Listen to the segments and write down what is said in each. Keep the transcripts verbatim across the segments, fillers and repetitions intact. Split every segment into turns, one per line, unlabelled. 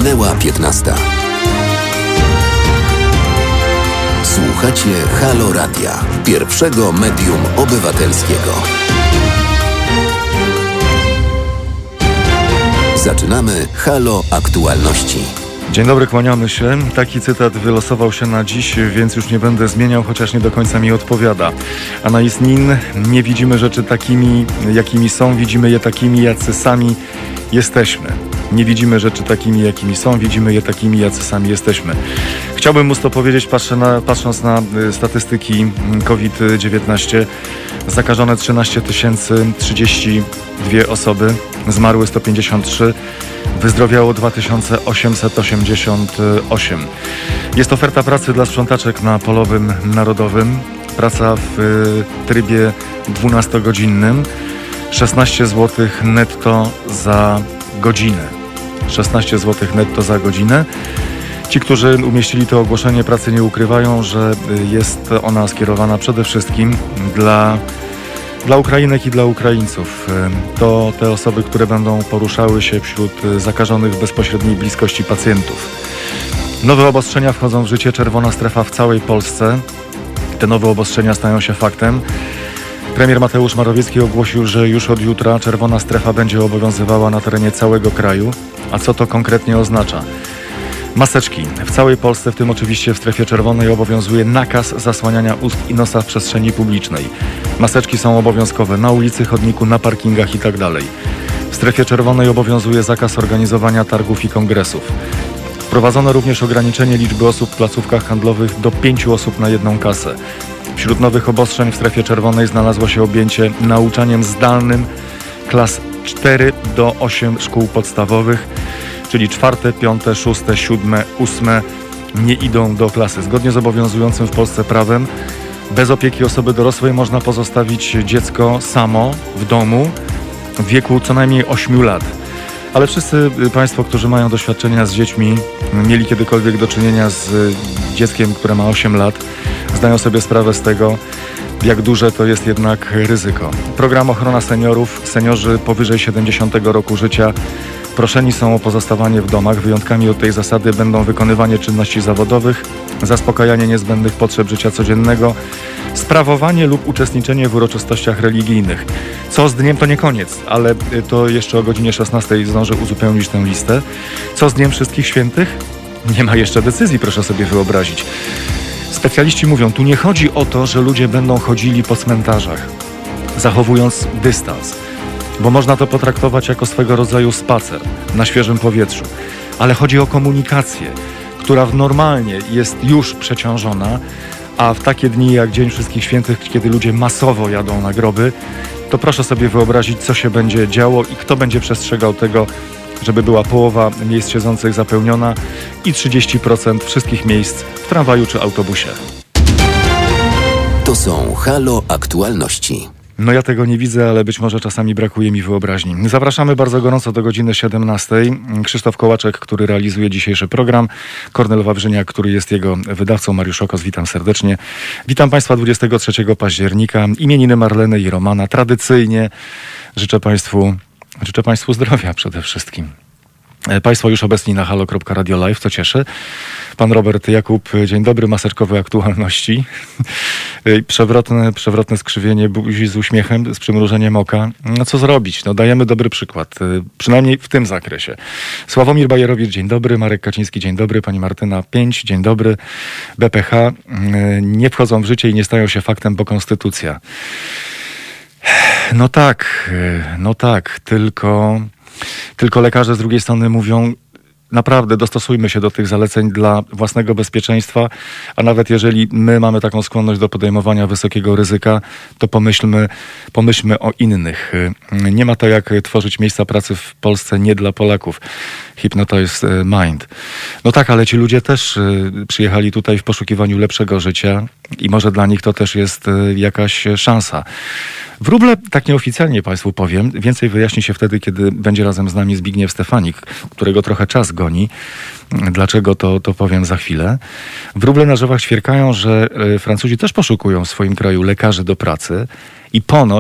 Minęła piętnasta. Słuchacie Halo Radia, pierwszego medium obywatelskiego. Zaczynamy Halo Aktualności.
Dzień dobry, kłaniamy się. Taki cytat wylosował się na dziś, więc już nie będę zmieniał, chociaż nie do końca mi odpowiada. Anais Nin, nie widzimy rzeczy takimi, jakimi są, widzimy je takimi, jacy sami jesteśmy. Nie widzimy rzeczy takimi, jakimi są, widzimy je takimi, jacy sami jesteśmy. Chciałbym móc to powiedzieć, patrzę na, patrząc na statystyki COVID dziewiętnaście. Zakażone trzynaście tysięcy trzydzieści dwie osoby, zmarły sto pięćdziesiąt trzy, wyzdrowiało dwa tysiące osiemset osiemdziesiąt osiem. Jest oferta pracy dla sprzątaczek na Polowym Narodowym. Praca w trybie dwunastogodzinnym. szesnaście złotych netto za godzinę. szesnaście złotych netto za godzinę. Ci, którzy umieścili to ogłoszenie pracy, nie ukrywają, że jest ona skierowana przede wszystkim dla, dla Ukrainek i dla Ukraińców. To te osoby, które będą poruszały się wśród zakażonych w bezpośredniej bliskości pacjentów. Nowe obostrzenia wchodzą w życie, czerwona strefa w całej Polsce. Te nowe obostrzenia stają się faktem. Premier Mateusz Morawiecki ogłosił, że już od jutra czerwona strefa będzie obowiązywała na terenie całego kraju. A co to konkretnie oznacza? Maseczki. W całej Polsce, w tym oczywiście w strefie czerwonej, obowiązuje nakaz zasłaniania ust i nosa w przestrzeni publicznej. Maseczki są obowiązkowe na ulicy, chodniku, na parkingach itd. W strefie czerwonej obowiązuje zakaz organizowania targów i kongresów. Wprowadzono również ograniczenie liczby osób w placówkach handlowych do pięciu osób na jedną kasę. Wśród nowych obostrzeń w strefie czerwonej znalazło się objęcie nauczaniem zdalnym klas cztery do ośmiu szkół podstawowych, czyli czwarte, piąte, szóste, siódme, ósme nie idą do klasy. Zgodnie z obowiązującym w Polsce prawem, bez opieki osoby dorosłej można pozostawić dziecko samo w domu w wieku co najmniej ośmiu lat. Ale wszyscy Państwo, którzy mają doświadczenia z dziećmi, mieli kiedykolwiek do czynienia z dzieckiem, które ma osiem lat, zdają sobie sprawę z tego, jak duże to jest jednak ryzyko. Program Ochrona Seniorów. Seniorzy powyżej siedemdziesiątego roku życia proszeni są o pozostawanie w domach. Wyjątkami od tej zasady będą wykonywanie czynności zawodowych, zaspokajanie niezbędnych potrzeb życia codziennego, sprawowanie lub uczestniczenie w uroczystościach religijnych. Co z dniem to nie koniec, ale to jeszcze o godzinie szesnastej zdążę uzupełnić tę listę. Co z Dniem Wszystkich Świętych? Nie ma jeszcze decyzji, proszę sobie wyobrazić. Specjaliści mówią, tu nie chodzi o to, że ludzie będą chodzili po cmentarzach, zachowując dystans, bo można to potraktować jako swego rodzaju spacer na świeżym powietrzu. Ale chodzi o komunikację, która normalnie jest już przeciążona, a w takie dni jak Dzień Wszystkich Świętych, kiedy ludzie masowo jadą na groby, to proszę sobie wyobrazić, co się będzie działo i kto będzie przestrzegał tego, żeby była połowa miejsc siedzących zapełniona i trzydzieści procent wszystkich miejsc w tramwaju czy autobusie.
To są Halo Aktualności.
No ja tego nie widzę, ale być może czasami brakuje mi wyobraźni. Zapraszamy bardzo gorąco do godziny siedemnastej. Krzysztof Kołaczek, który realizuje dzisiejszy program. Kornel Wawrzyniak, który jest jego wydawcą. Mariusz Okos, witam serdecznie. Witam Państwa dwudziestego trzeciego października. Imieniny Marleny i Romana. Tradycyjnie życzę Państwu, życzę Państwu zdrowia przede wszystkim. Państwo już obecni na halo kropka radio live, co cieszy. Pan Robert Jakub, dzień dobry, maseczkowe aktualności. Przewrotne, przewrotne skrzywienie buzi z uśmiechem, z przymrużeniem oka. No co zrobić? No dajemy dobry przykład, przynajmniej w tym zakresie. Sławomir Bajerowicz, dzień dobry. Marek Kaciński, dzień dobry. Pani Martyna pięć, dzień dobry. B P H, nie wchodzą w życie i nie stają się faktem, bo konstytucja. No tak, no tak, tylko... Tylko lekarze z drugiej strony mówią, naprawdę dostosujmy się do tych zaleceń dla własnego bezpieczeństwa, a nawet jeżeli my mamy taką skłonność do podejmowania wysokiego ryzyka, to pomyślmy, pomyślmy o innych. Nie ma to jak tworzyć miejsca pracy w Polsce nie dla Polaków. Hypnotize Mind. No tak, ale ci ludzie też przyjechali tutaj w poszukiwaniu lepszego życia i może dla nich to też jest jakaś szansa. Wróble, tak nieoficjalnie Państwu powiem, więcej wyjaśni się wtedy, kiedy będzie razem z nami Zbigniew Stefanik, którego trochę czas goni. Dlaczego, to, to powiem za chwilę. Wróble na drzewach ćwierkają, że Francuzi też poszukują w swoim kraju lekarzy do pracy i ponoć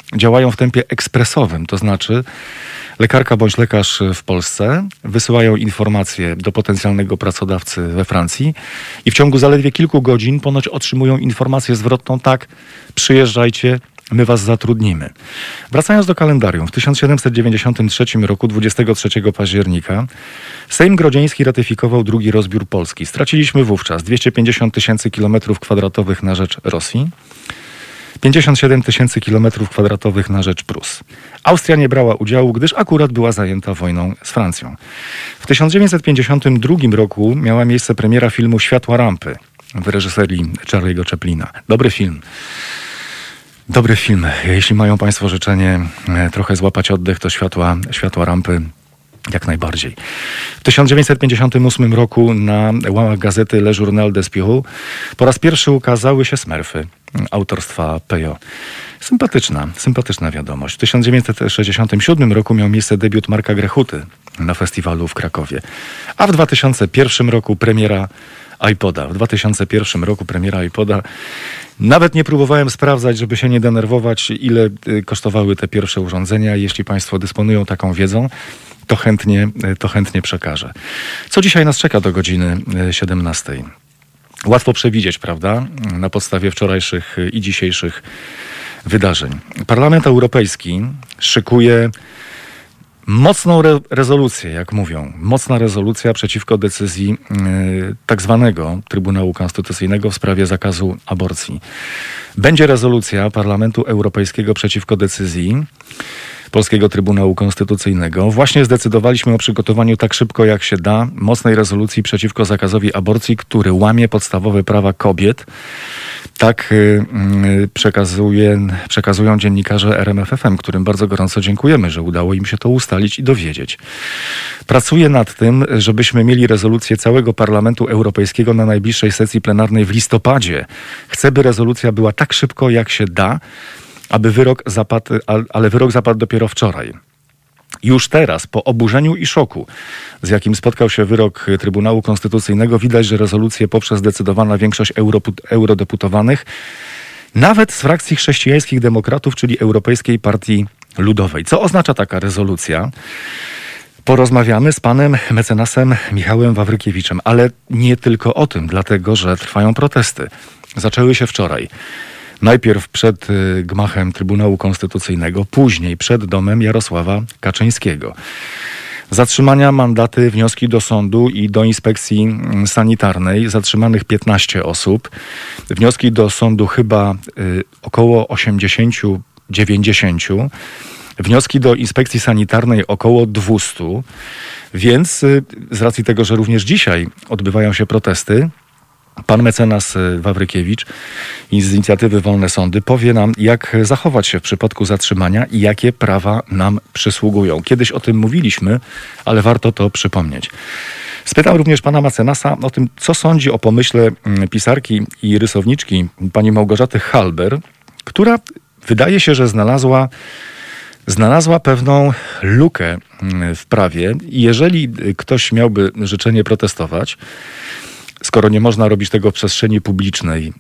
działają w tempie ekspresowym, to znaczy lekarka bądź lekarz w Polsce wysyłają informacje do potencjalnego pracodawcy we Francji i w ciągu zaledwie kilku godzin ponoć otrzymują informację zwrotną: tak, przyjeżdżajcie, my was zatrudnimy. Wracając do kalendarium, w tysiąc siedemset dziewięćdziesiątym trzecim roku, dwudziestego trzeciego października, Sejm Grodzieński ratyfikował drugi rozbiór Polski. Straciliśmy wówczas dwieście pięćdziesiąt tysięcy kilometrów kwadratowych na rzecz Rosji, pięćdziesiąt siedem tysięcy kilometrów kwadratowych na rzecz Prus. Austria nie brała udziału, gdyż akurat była zajęta wojną z Francją. W tysiąc dziewięćset pięćdziesiątym drugim roku miała miejsce premiera filmu Światła rampy w reżyserii Charlie'ego Chaplina. Dobry film. Dobry film. Jeśli mają Państwo życzenie trochę złapać oddech, to Światła, światła rampy jak najbardziej. W tysiąc dziewięćset pięćdziesiątym ósmym roku na łamach gazety Le Journal des Spirou po raz pierwszy ukazały się Smurfy autorstwa Peyo. Sympatyczna, sympatyczna wiadomość. W tysiąc dziewięćset sześćdziesiątym siódmym roku miał miejsce debiut Marka Grechuty na festiwalu w Krakowie. A w dwa tysiące pierwszym roku premiera iPoda. W dwa tysiące pierwszym roku premiera iPoda. Nawet nie próbowałem sprawdzać, żeby się nie denerwować, ile kosztowały te pierwsze urządzenia. Jeśli Państwo dysponują taką wiedzą, to chętnie, to chętnie przekażę. Co dzisiaj nas czeka do godziny siedemnastej? Łatwo przewidzieć, prawda? Na podstawie wczorajszych i dzisiejszych wydarzeń. Parlament Europejski szykuje mocną re- rezolucję, jak mówią. Mocna rezolucja przeciwko decyzji yy, tak zwanego Trybunału Konstytucyjnego w sprawie zakazu aborcji. Będzie rezolucja Parlamentu Europejskiego przeciwko decyzji Polskiego Trybunału Konstytucyjnego. Właśnie zdecydowaliśmy o przygotowaniu tak szybko jak się da mocnej rezolucji przeciwko zakazowi aborcji, który łamie podstawowe prawa kobiet. Tak yy, przekazuje, przekazują dziennikarze R M F F M, którym bardzo gorąco dziękujemy, że udało im się to ustalić i dowiedzieć. Pracuję nad tym, żebyśmy mieli rezolucję całego Parlamentu Europejskiego na najbliższej sesji plenarnej w listopadzie. Chcę, by rezolucja była tak szybko jak się da, aby wyrok zapadł, ale wyrok zapadł dopiero wczoraj. Już teraz, po oburzeniu i szoku, z jakim spotkał się wyrok Trybunału Konstytucyjnego, widać, że rezolucję poprze zdecydowana większość europu- eurodeputowanych, nawet z frakcji chrześcijańskich demokratów, czyli Europejskiej Partii Ludowej. Co oznacza taka rezolucja? Porozmawiamy z panem mecenasem Michałem Wawrykiewiczem, ale nie tylko o tym, dlatego że trwają protesty. Zaczęły się wczoraj. Najpierw przed gmachem Trybunału Konstytucyjnego, później przed domem Jarosława Kaczyńskiego. Zatrzymania, mandaty, wnioski do sądu i do inspekcji sanitarnej. Zatrzymanych piętnaście osób. Wnioski do sądu chyba y, około osiemdziesiąt dziewięćdziesiąt. Wnioski do inspekcji sanitarnej około dwieście. Więc y, z racji tego, że również dzisiaj odbywają się protesty, pan mecenas Wawrykiewicz i z inicjatywy Wolne Sądy powie nam, jak zachować się w przypadku zatrzymania i jakie prawa nam przysługują. Kiedyś o tym mówiliśmy, ale warto to przypomnieć. Spytam również pana mecenasa o tym, co sądzi o pomyśle pisarki i rysowniczki pani Małgorzaty Halber, która wydaje się, że znalazła znalazła pewną lukę w prawie i jeżeli ktoś miałby życzenie protestować, skoro nie można robić tego w przestrzeni publicznej,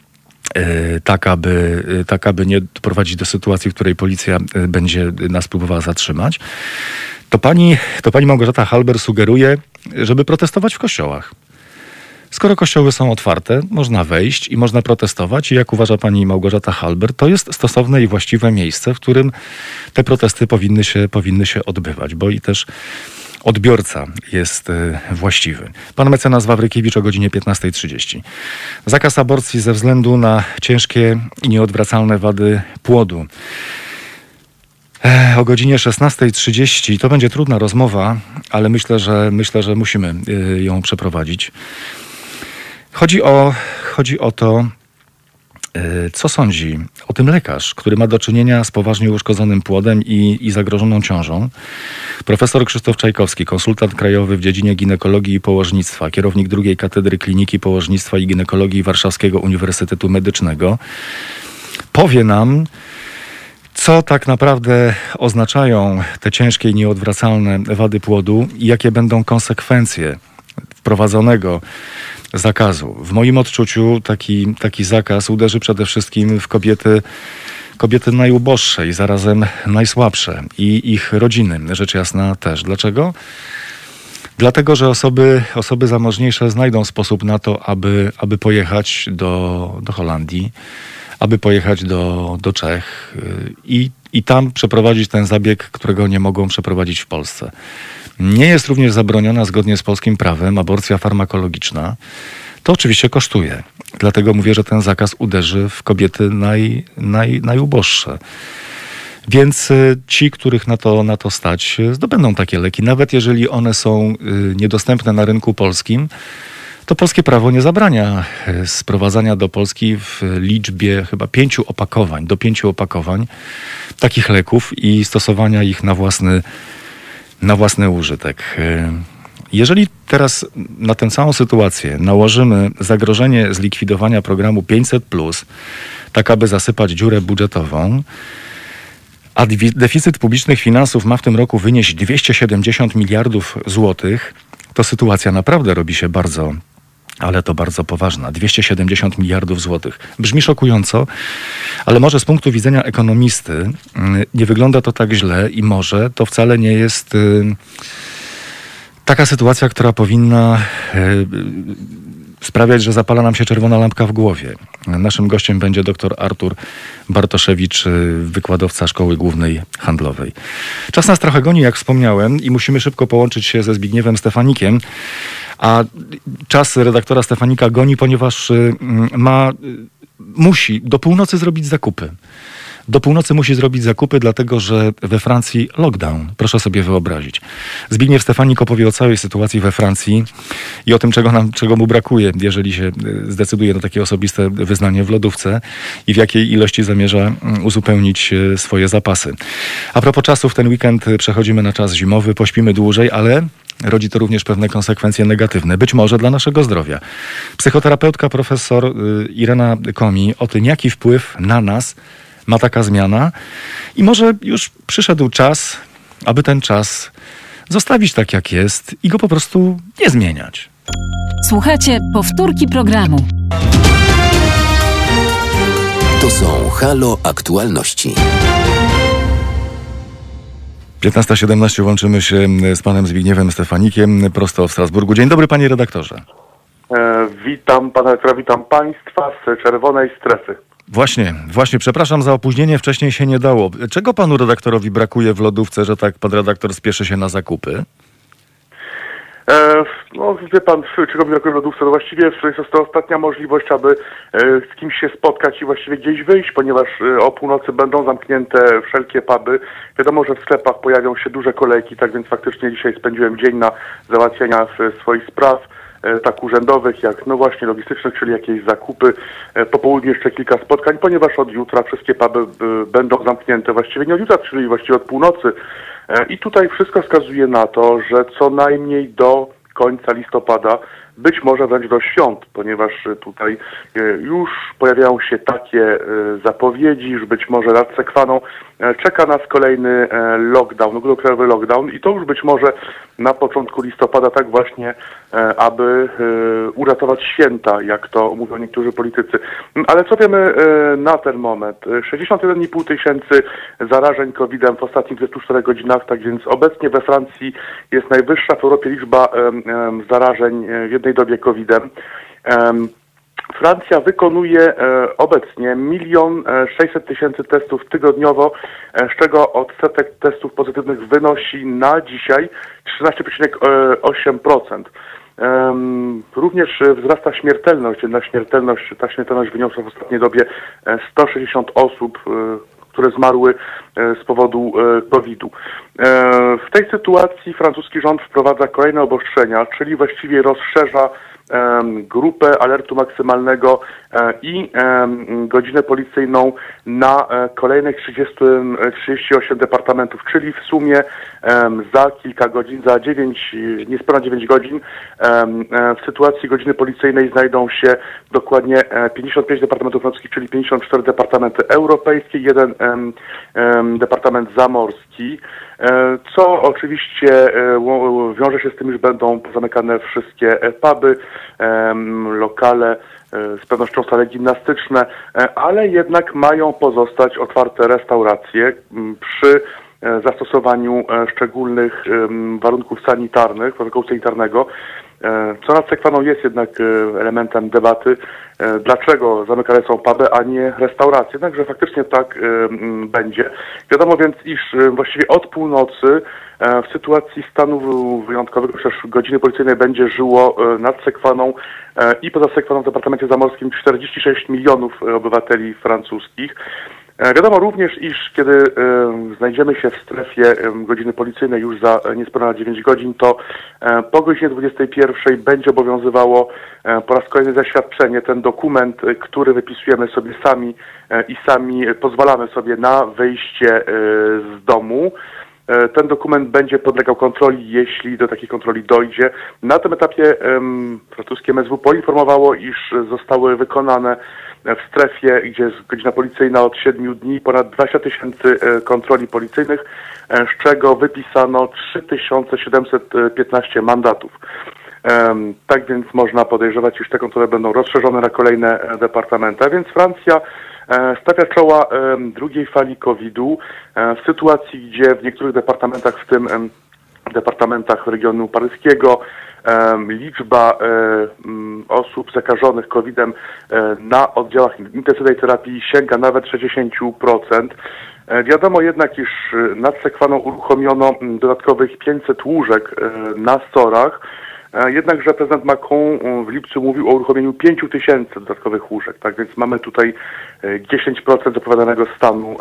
tak aby, tak aby nie doprowadzić do sytuacji, w której policja będzie nas próbowała zatrzymać, to pani, to pani Małgorzata Halber sugeruje, żeby protestować w kościołach. Skoro kościoły są otwarte, można wejść i można protestować i jak uważa pani Małgorzata Halber, to jest stosowne i właściwe miejsce, w którym te protesty powinny się, powinny się odbywać, bo i też odbiorca jest y, właściwy. Pan mecenas Wawrykiewicz o godzinie piętnasta trzydzieści. Zakaz aborcji ze względu na ciężkie i nieodwracalne wady płodu. E, o godzinie szesnasta trzydzieści. To będzie trudna rozmowa, ale myślę, że myślę, że musimy y, ją przeprowadzić. Chodzi o, chodzi o to, co sądzi o tym lekarz, który ma do czynienia z poważnie uszkodzonym płodem i, i zagrożoną ciążą. Profesor Krzysztof Czajkowski, konsultant krajowy w dziedzinie ginekologii i położnictwa, kierownik drugiej katedry kliniki położnictwa i ginekologii Warszawskiego Uniwersytetu Medycznego, powie nam, co tak naprawdę oznaczają te ciężkie i nieodwracalne wady płodu i jakie będą konsekwencje wprowadzonego zakazu. W moim odczuciu taki, taki zakaz uderzy przede wszystkim w kobiety kobiety najuboższe i zarazem najsłabsze i ich rodziny, rzecz jasna też. Dlaczego? Dlatego, że osoby, osoby zamożniejsze znajdą sposób na to, aby, aby pojechać do, do Holandii, aby pojechać do, do Czech i, i tam przeprowadzić ten zabieg, którego nie mogą przeprowadzić w Polsce. Nie jest również zabroniona zgodnie z polskim prawem aborcja farmakologiczna. To oczywiście kosztuje. Dlatego mówię, że ten zakaz uderzy w kobiety naj, naj, najuboższe. Więc ci, których na to, na to stać, zdobędą takie leki. Nawet jeżeli one są niedostępne na rynku polskim, to polskie prawo nie zabrania sprowadzania do Polski w liczbie chyba pięciu opakowań, do pięciu opakowań takich leków i stosowania ich na własny, na własny użytek. Jeżeli teraz na tę całą sytuację nałożymy zagrożenie zlikwidowania programu pięćset plus, tak aby zasypać dziurę budżetową, a deficyt publicznych finansów ma w tym roku wynieść dwieście siedemdziesiąt miliardów złotych, to sytuacja naprawdę robi się bardzo, ale to bardzo poważna. dwieście siedemdziesiąt miliardów złotych. Brzmi szokująco, ale może z punktu widzenia ekonomisty nie wygląda to tak źle i może to wcale nie jest taka sytuacja, która powinna sprawiać, że zapala nam się czerwona lampka w głowie. Naszym gościem będzie dr Artur Bartoszewicz, wykładowca Szkoły Głównej Handlowej. Czas nas trochę goni, jak wspomniałem, i musimy szybko połączyć się ze Zbigniewem Stefanikiem. A czas redaktora Stefanika goni, ponieważ ma, musi do północy zrobić zakupy. Do północy musi zrobić zakupy, dlatego że we Francji lockdown. Proszę sobie wyobrazić. Zbigniew Stefanik opowie o całej sytuacji we Francji i o tym, czego, nam, czego mu brakuje, jeżeli się zdecyduje na takie osobiste wyznanie w lodówce i w jakiej ilości zamierza uzupełnić swoje zapasy. A propos czasów, ten weekend przechodzimy na czas zimowy, pośpimy dłużej, ale rodzi to również pewne konsekwencje negatywne, być może dla naszego zdrowia. Psychoterapeutka profesor Irena Komi o tym, jaki wpływ na nas ma taka zmiana i może już przyszedł czas, aby ten czas zostawić tak, jak jest i go po prostu nie zmieniać.
Słuchajcie, powtórki programu.
To są Halo Aktualności.
piętnasta siedemnaście łączymy się z panem Zbigniewem Stefanikiem prosto w Strasburgu. Dzień dobry, panie redaktorze.
E, witam pana redaktora, witam państwa z czerwonej strefy.
Właśnie, właśnie, przepraszam za opóźnienie, wcześniej się nie dało. Czego panu redaktorowi brakuje w lodówce, że tak pan redaktor spieszy się na zakupy?
E, no wie pan, czego mi brakuje w lodówce? No właściwie jest to ostatnia możliwość, aby e, z kimś się spotkać i właściwie gdzieś wyjść, ponieważ e, o północy będą zamknięte wszelkie puby. Wiadomo, że w sklepach pojawią się duże kolejki, tak więc faktycznie dzisiaj spędziłem dzień na załatwiania swoich spraw, tak urzędowych, jak no właśnie logistycznych, czyli jakieś zakupy. Po południu jeszcze kilka spotkań, ponieważ od jutra wszystkie puby będą zamknięte, właściwie nie od jutra, czyli właściwie od północy. I tutaj wszystko wskazuje na to, że co najmniej do końca listopada, być może wręcz do świąt, ponieważ tutaj już pojawiają się takie zapowiedzi, że być może nad Sekwaną czeka nas kolejny lockdown, ogólnokrajowy lockdown i to już być może na początku listopada, tak właśnie, aby uratować święta, jak to mówią niektórzy politycy. Ale co wiemy na ten moment? sześćdziesiąt jeden i pół tysięcy zarażeń kowidem w ostatnich dwudziestu czterech godzinach, tak więc obecnie we Francji jest najwyższa w Europie liczba zarażeń w jednej dobie kowidem. Francja wykonuje e, obecnie milion sześćset tysięcy testów tygodniowo, e, z czego odsetek testów pozytywnych wynosi na dzisiaj trzynaście przecinek osiem procent. E, również wzrasta śmiertelność, jednak śmiertelność, ta śmiertelność wyniosła w ostatniej dobie sto sześćdziesiąt osób, e, które zmarły z powodu kowida. W tej sytuacji francuski rząd wprowadza kolejne obostrzenia, czyli właściwie rozszerza grupę alertu maksymalnego i godzinę policyjną na kolejnych trzydzieści osiem departamentów, czyli w sumie za kilka godzin, za dziewięć, niespełna dziewięć godzin w sytuacji godziny policyjnej znajdą się dokładnie pięćdziesiąt pięć departamentów francuskich, czyli pięćdziesiąt cztery departamenty europejskie, jeden departament zamorski, co oczywiście wiąże się z tym, że będą zamykane wszystkie puby, lokale z pewnością sale gimnastyczne, ale jednak mają pozostać otwarte restauracje przy zastosowaniu szczególnych warunków sanitarnych, protokół sanitarnego, co nad sekwaną jest jednak elementem debaty, dlaczego zamykane są puby, a nie restauracje. Jednakże faktycznie tak będzie. Wiadomo więc, iż właściwie od północy w sytuacji stanu wyjątkowego, przecież godziny policyjnej będzie żyło nad sekwaną i poza sekwaną w departamencie zamorskim czterdzieści sześć milionów obywateli francuskich. Wiadomo również, iż kiedy y, znajdziemy się w strefie y, godziny policyjnej już za niespełna dziewięć godzin, to y, po godzinie dwudziestej pierwszej będzie obowiązywało y, po raz kolejny zaświadczenie, ten dokument, y, który wypisujemy sobie sami y, i sami pozwalamy sobie na wyjście y, z domu. Ten dokument będzie podlegał kontroli, jeśli do takiej kontroli dojdzie. Na tym etapie um, francuskie M S W poinformowało, iż zostały wykonane w strefie, gdzie jest godzina policyjna od siedmiu dni, ponad dwadzieścia tysięcy kontroli policyjnych, z czego wypisano trzy tysiące siedemset piętnaście mandatów. Um, tak więc można podejrzewać, iż te kontrole będą rozszerzone na kolejne departamenty. A więc Francja stawia czoła drugiej fali kowida w sytuacji, gdzie w niektórych departamentach, w tym departamentach regionu paryskiego, liczba osób zakażonych kowidem na oddziałach intensywnej terapii sięga nawet sześćdziesiąt procent. Wiadomo jednak, iż nad sekwaną uruchomiono dodatkowych pięćset łóżek na SOR-ach. Jednakże prezydent Macron w lipcu mówił o uruchomieniu pięć tysięcy dodatkowych łóżek, tak więc mamy tutaj dziesięć procent zapowiadanego stanu,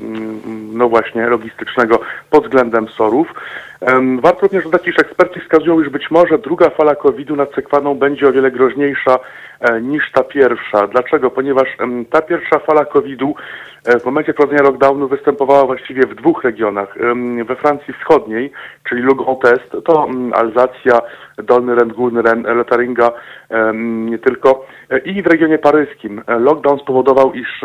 no właśnie, logistycznego pod względem SOR-ów. Warto również dodać, iż eksperci wskazują, iż być może druga fala kowida nad sekwaną będzie o wiele groźniejsza niż ta pierwsza. Dlaczego? Ponieważ ta pierwsza fala kowida w momencie wprowadzenia lockdownu występowała właściwie w dwóch regionach. We Francji Wschodniej, czyli Le Grand Est, to Alzacja, Dolny Ren, Górny Ren, Lotharingia, nie tylko, i w regionie paryskim. Lockdown spowodował, iż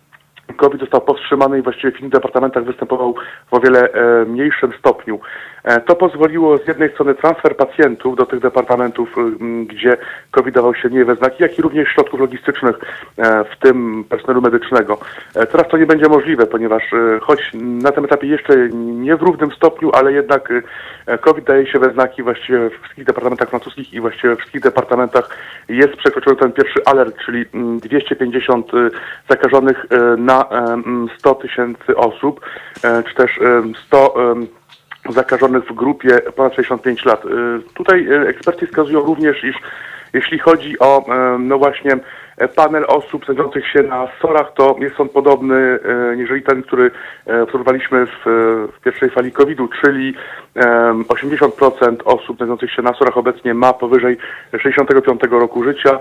COVID został powstrzymany i właściwie w innych departamentach występował w o wiele e, mniejszym stopniu. E, to pozwoliło z jednej strony transfer pacjentów do tych departamentów, m, gdzie COVID dawał się nie we znaki, jak i również środków logistycznych, e, w tym personelu medycznego. E, teraz to nie będzie możliwe, ponieważ e, choć na tym etapie jeszcze nie w równym stopniu, ale jednak e, COVID daje się we znaki właściwie we wszystkich departamentach francuskich i właściwie we wszystkich departamentach jest przekroczony ten pierwszy alert, czyli dwieście pięćdziesiąt e, zakażonych e, na sto tysięcy osób, czy też sto zakażonych w grupie ponad sześćdziesiąt pięć lat. Tutaj eksperci wskazują również, iż jeśli chodzi o, no właśnie, panel osób znajdujących się na SOR-ach, to jest on podobny, jeżeli ten, który obserwowaliśmy w, w pierwszej fali kowida, czyli osiemdziesiąt procent osób znajdujących się na SOR-ach obecnie ma powyżej sześćdziesiątego piątego roku życia,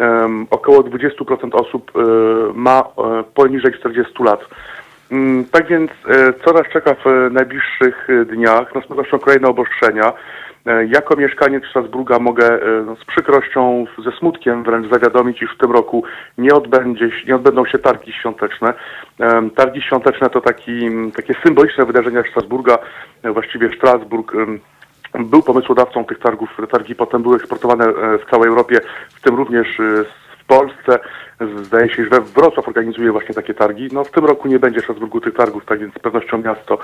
około dwadzieścia procent osób ma poniżej czterdziestu lat. Tak więc co nas czeka w najbliższych dniach? No z pewnością kolejne obostrzenia. Jako mieszkaniec Strasburga mogę no, z przykrością, ze smutkiem wręcz zawiadomić, iż w tym roku nie, odbędzie, nie odbędą się targi świąteczne. Targi świąteczne to taki, takie symboliczne wydarzenia Strasburga. Właściwie Strasburg był pomysłodawcą tych targów. Te targi potem były eksportowane w całej Europie, w tym również w Polsce. Zdaje się, że Wrocław organizuje właśnie takie targi. No w tym roku nie będzie w Strasburgu tych targów, tak więc z pewnością miasto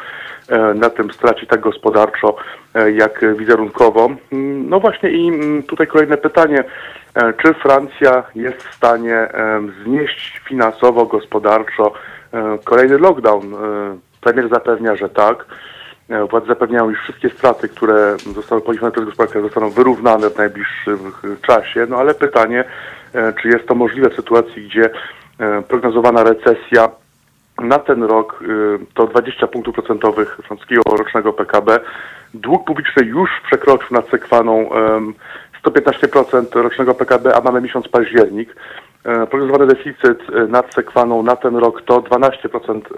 na tym straci tak gospodarczo, jak wizerunkowo. No właśnie i tutaj kolejne pytanie. Czy Francja jest w stanie znieść finansowo, gospodarczo kolejny lockdown? Premier zapewnia, że tak. Władze zapewniają, iż wszystkie straty, które zostały poniesione przez gospodarkę, zostaną wyrównane w najbliższym czasie. No ale pytanie, czy jest to możliwe w sytuacji, gdzie prognozowana recesja na ten rok to dwadzieścia punktów procentowych francuskiego rocznego P K B. Dług publiczny już przekroczył nad sekwaną sto piętnaście procent rocznego P K B, a mamy miesiąc październik. Prognozowany deficyt nad sekwaną na ten rok to dwanaście procent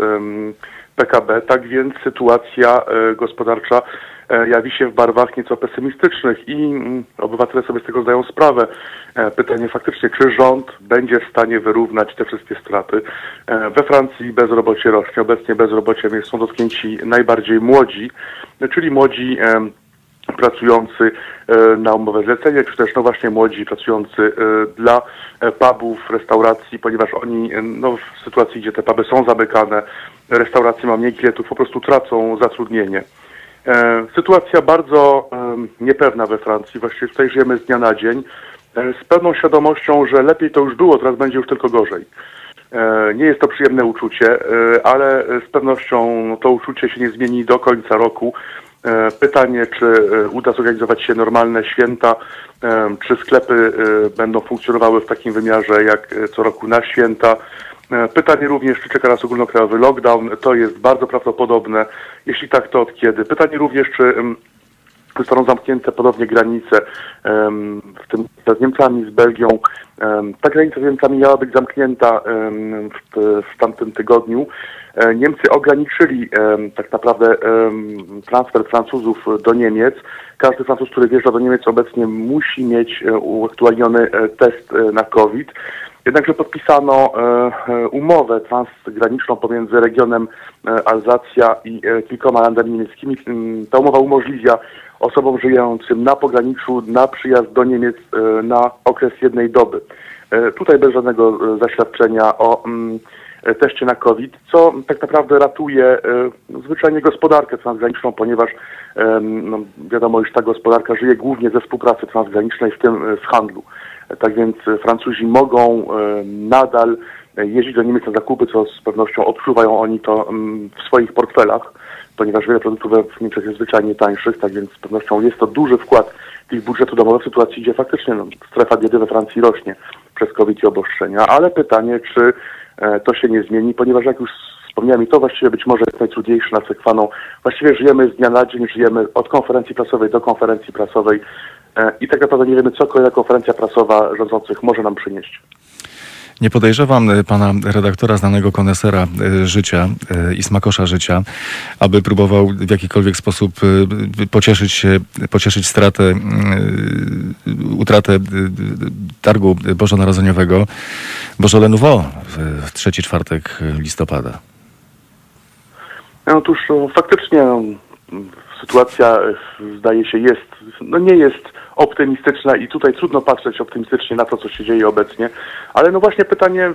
P K B, tak więc sytuacja gospodarcza jawi się w barwach nieco pesymistycznych i obywatele sobie z tego zdają sprawę. Pytanie faktycznie, czy rząd będzie w stanie wyrównać te wszystkie straty. We Francji bezrobocie rośnie, obecnie bezrobociem są dotknięci najbardziej młodzi, czyli młodzi pracujący na umowę zlecenie, czy też no właśnie młodzi pracujący dla pubów, restauracji, ponieważ oni no, w sytuacji, gdzie te puby są zamykane, restauracje mają mniej klientów, po prostu tracą zatrudnienie. Sytuacja bardzo niepewna we Francji, właściwie tutaj żyjemy z dnia na dzień, z pełną świadomością, że lepiej to już było, teraz będzie już tylko gorzej. Nie jest to przyjemne uczucie, ale z pewnością no, to uczucie się nie zmieni do końca roku. Pytanie, czy uda zorganizować się normalne święta, czy sklepy będą funkcjonowały w takim wymiarze jak co roku na święta. Pytanie również, czy czeka nas ogólnokrajowy lockdown, to jest bardzo prawdopodobne. Jeśli tak, to od kiedy? Pytanie również, czy zostaną zamknięte ponownie granice, w tym z Niemcami, z Belgią. Ta granica z Niemcami miała być zamknięta w, w tamtym tygodniu. Niemcy ograniczyli tak naprawdę transfer Francuzów do Niemiec. Każdy Francuz, który wjeżdża do Niemiec obecnie musi mieć uaktualniony test na COVID. Jednakże podpisano umowę transgraniczną pomiędzy regionem Alzacja i kilkoma landami niemieckimi. Ta umowa umożliwia osobom żyjącym na pograniczu na przyjazd do Niemiec na okres jednej doby. Tutaj bez żadnego zaświadczenia o teście na COVID, co tak naprawdę ratuje zwyczajnie gospodarkę transgraniczną, ponieważ no, wiadomo, iż ta gospodarka żyje głównie ze współpracy transgranicznej, w tym z handlu. Tak więc Francuzi mogą nadal jeździć do Niemiec na zakupy, co z pewnością odczuwają oni to w swoich portfelach, ponieważ wiele produktów w Niemczech jest zwyczajnie tańszych, tak więc z pewnością jest to duży wkład ich budżetu domowego w sytuacji, gdzie faktycznie no, strefa biedy we Francji rośnie przez COVID i obostrzenia. Ale pytanie, czy to się nie zmieni, ponieważ jak już wspomniałem, i to właściwie być może jest najtrudniejsze nad sekwaną. Właściwie żyjemy z dnia na dzień, żyjemy od konferencji prasowej do konferencji prasowej i tak naprawdę nie wiemy, co kolejna konferencja prasowa rządzących może nam przynieść.
Nie podejrzewam pana redaktora, znanego konesera życia i smakosza życia, aby próbował w jakikolwiek sposób pocieszyć się, pocieszyć stratę, utratę targu bożonarodzeniowego Bożole Nouveau w trzeci czwartek listopada.
No otóż no, faktycznie no, sytuacja zdaje się jest, no nie jest optymistyczna i tutaj trudno patrzeć optymistycznie na to, co się dzieje obecnie, ale no właśnie pytanie,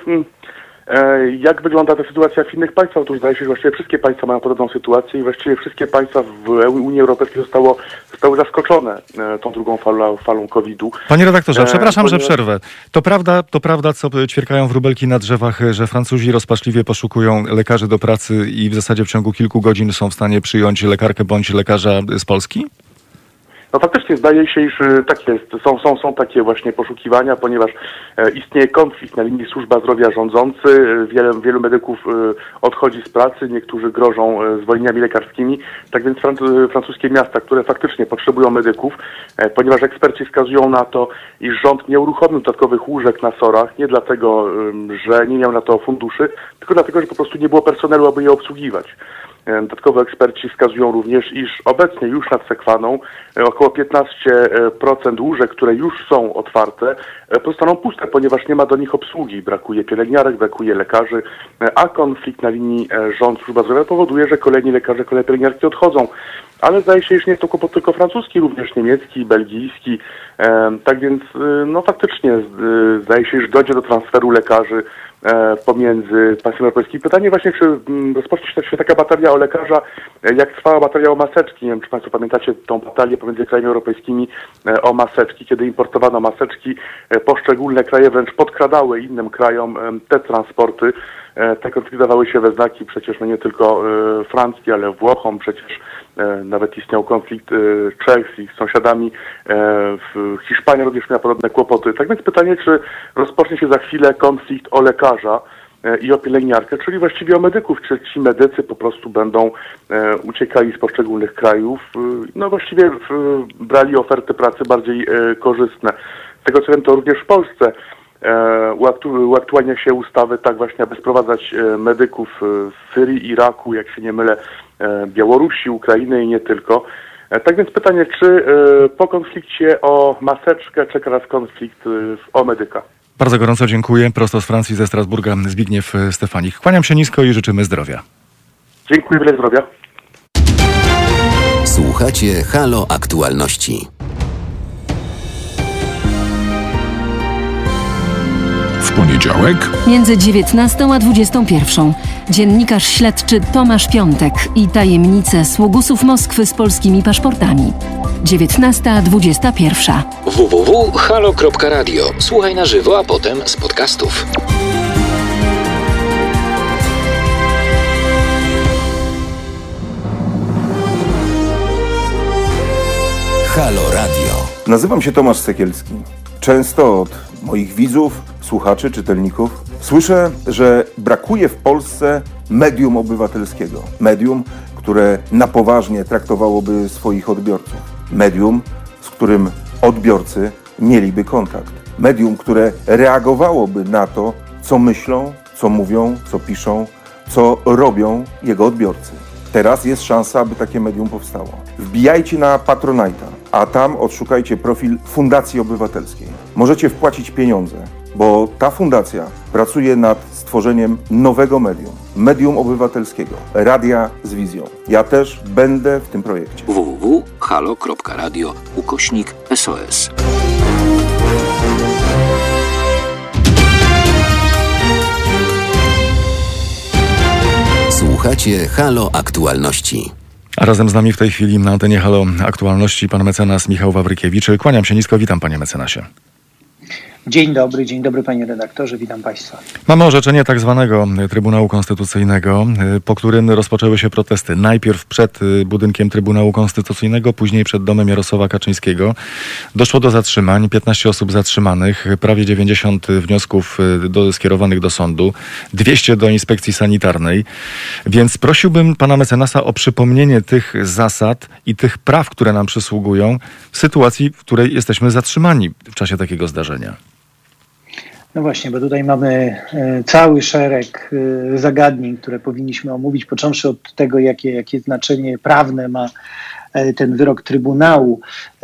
jak wygląda ta sytuacja w innych państwach? Otóż zdaje się, że właściwie wszystkie państwa mają podobną sytuację i właściwie wszystkie państwa w Unii Europejskiej zostało, zostały zaskoczone tą drugą falą, falą kowida.
Panie redaktorze, przepraszam, że przerwę. To prawda, to prawda, co ćwierkają wróbelki na drzewach, że Francuzi rozpaczliwie poszukują lekarzy do pracy i w zasadzie w ciągu kilku godzin są w stanie przyjąć lekarkę bądź lekarza z Polski?
No faktycznie zdaje się, iż tak jest. Są, są, są takie właśnie poszukiwania, ponieważ e, istnieje konflikt na linii służba zdrowia rządzący. Wiele, wielu medyków e, odchodzi z pracy, niektórzy grożą e, zwolnieniami lekarskimi. Tak więc franc- francuskie miasta, które faktycznie potrzebują medyków, e, ponieważ eksperci wskazują na to, iż rząd nie uruchomił dodatkowych łóżek na SOR-ach, nie dlatego, e, że nie miał na to funduszy, tylko dlatego, że po prostu nie było personelu, aby je obsługiwać. Dodatkowo eksperci wskazują również, iż obecnie już nad sekwaną około piętnaście procent łóżek, które już są otwarte, pozostaną puste, ponieważ nie ma do nich obsługi. Brakuje pielęgniarek, brakuje lekarzy, a konflikt na linii rząd służba zdrowia powoduje, że kolejni lekarze, kolejne pielęgniarki odchodzą. Ale zdaje się, że nie jest to kłopot tylko francuski, również niemiecki, belgijski. Tak więc no faktycznie zdaje się, że dojdzie do transferu lekarzy pomiędzy państwami europejskimi. Pytanie właśnie, czy rozpocznie się taka batalia o lekarza, jak trwała batalia o maseczki. Nie wiem, czy państwo pamiętacie tą batalię pomiędzy krajami europejskimi o maseczki, kiedy importowano maseczki. Poszczególne kraje wręcz podkradały innym krajom te transporty. Te konflikty dawały się we znaki przecież no nie tylko Francji, ale Włochom. Przecież nawet istniał konflikt Czech z ich sąsiadami. Hiszpania również miała podobne kłopoty. Tak więc pytanie, czy rozpocznie się za chwilę konflikt o lekarza i o pielęgniarkę, czyli właściwie o medyków, czy ci medycy po prostu będą uciekali z poszczególnych krajów, no właściwie brali oferty pracy bardziej korzystne. Z tego co wiem, to również w Polsce uaktualnia się ustawy tak właśnie, aby sprowadzać medyków z Syrii, Iraku, jak się nie mylę, Białorusi, Ukrainy i nie tylko. Tak więc pytanie, czy po konflikcie o maseczkę czeka nas konflikt o medyka?
Bardzo gorąco dziękuję. Prosto z Francji, ze Strasburga, Zbigniew Stefanik. Kłaniam się nisko i życzymy zdrowia.
Dziękuję, wiele zdrowia.
Słuchacie Halo Aktualności.
W poniedziałek
Między dziewiętnastą a dwudziestą pierwszą dziennikarz śledczy Tomasz Piątek i tajemnice sługusów Moskwy z polskimi paszportami. dziewiętnasta dwudziesta pierwsza.
w w w kropka halo kropka radio. Słuchaj na żywo, a potem z podcastów. Halo Radio.
Nazywam się Tomasz Sekielski. Często od moich widzów, słuchaczy, czytelników słyszę, że brakuje w Polsce medium obywatelskiego. Medium, które na poważnie traktowałoby swoich odbiorców. Medium, z którym odbiorcy mieliby kontakt. Medium, które reagowałoby na to, co myślą, co mówią, co piszą, co robią jego odbiorcy. Teraz jest szansa, aby takie medium powstało. Wbijajcie na Patronite'a, a tam odszukajcie profil Fundacji Obywatelskiej. Możecie wpłacić pieniądze, bo ta fundacja pracuje nad stworzeniem nowego medium. Medium obywatelskiego. Radia z wizją. Ja też będę w tym projekcie.
w w w kropka halo kropka radio ukośnik S O S. Słuchacie Halo Aktualności.
A razem z nami w tej chwili na antenie Halo Aktualności pan mecenas Michał Wawrykiewicz. Kłaniam się nisko, witam panie mecenasie.
Dzień dobry, dzień dobry panie redaktorze, witam państwa.
Mamy orzeczenie tak zwanego Trybunału Konstytucyjnego, po którym rozpoczęły się protesty. Najpierw przed budynkiem Trybunału Konstytucyjnego, później przed domem Jarosława Kaczyńskiego. Doszło do zatrzymań, piętnaście osób zatrzymanych, prawie dziewięćdziesiąt wniosków do, skierowanych do sądu, dwieście do inspekcji sanitarnej. Więc prosiłbym pana mecenasa o przypomnienie tych zasad i tych praw, które nam przysługują w sytuacji, w której jesteśmy zatrzymani w czasie takiego zdarzenia.
No właśnie, bo tutaj mamy cały szereg zagadnień, które powinniśmy omówić, począwszy od tego, jakie, jakie znaczenie prawne ma ten wyrok Trybunału,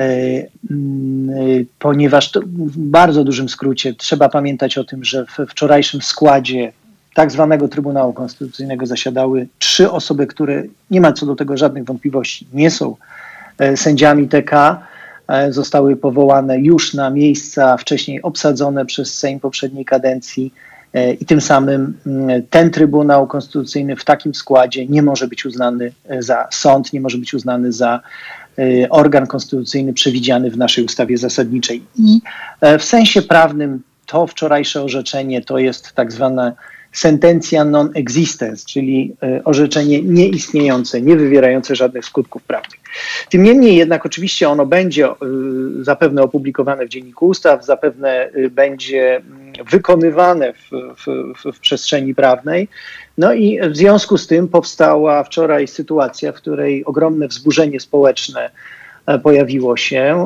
ponieważ to w bardzo dużym skrócie trzeba pamiętać o tym, że w wczorajszym składzie tak zwanego Trybunału Konstytucyjnego zasiadały trzy osoby, które nie ma co do tego żadnych wątpliwości, nie są sędziami T K, zostały powołane już na miejsca wcześniej obsadzone przez Sejm poprzedniej kadencji i tym samym ten Trybunał Konstytucyjny w takim składzie nie może być uznany za sąd, nie może być uznany za organ konstytucyjny przewidziany w naszej ustawie zasadniczej. I w sensie prawnym to wczorajsze orzeczenie to jest tak zwana sentencja non existens, czyli orzeczenie nieistniejące, nie wywierające żadnych skutków prawnych. Tym niemniej jednak oczywiście ono będzie zapewne opublikowane w Dzienniku Ustaw, zapewne będzie wykonywane w, w, w przestrzeni prawnej. No i w związku z tym powstała wczoraj sytuacja, w której ogromne wzburzenie społeczne pojawiło się,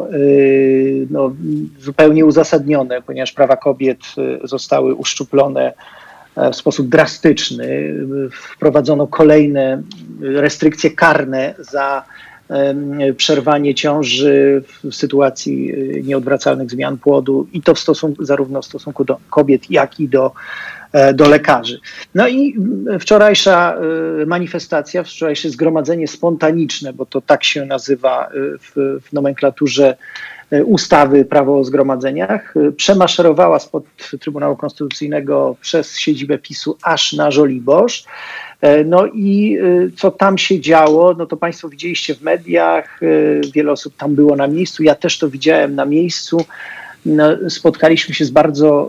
no, zupełnie uzasadnione, ponieważ prawa kobiet zostały uszczuplone w sposób drastyczny. Wprowadzono kolejne restrykcje karne za przerwanie ciąży w sytuacji nieodwracalnych zmian płodu i to w stosunku, zarówno w stosunku do kobiet, jak i do, do lekarzy. No i wczorajsza manifestacja, wczorajsze zgromadzenie spontaniczne, bo to tak się nazywa w, w nomenklaturze ustawy Prawo o zgromadzeniach, przemaszerowała spod Trybunału Konstytucyjnego przez siedzibę PiSu aż na Żoliborz. No i co tam się działo, no to państwo widzieliście w mediach, wiele osób tam było na miejscu, ja też to widziałem na miejscu. No, spotkaliśmy się z bardzo,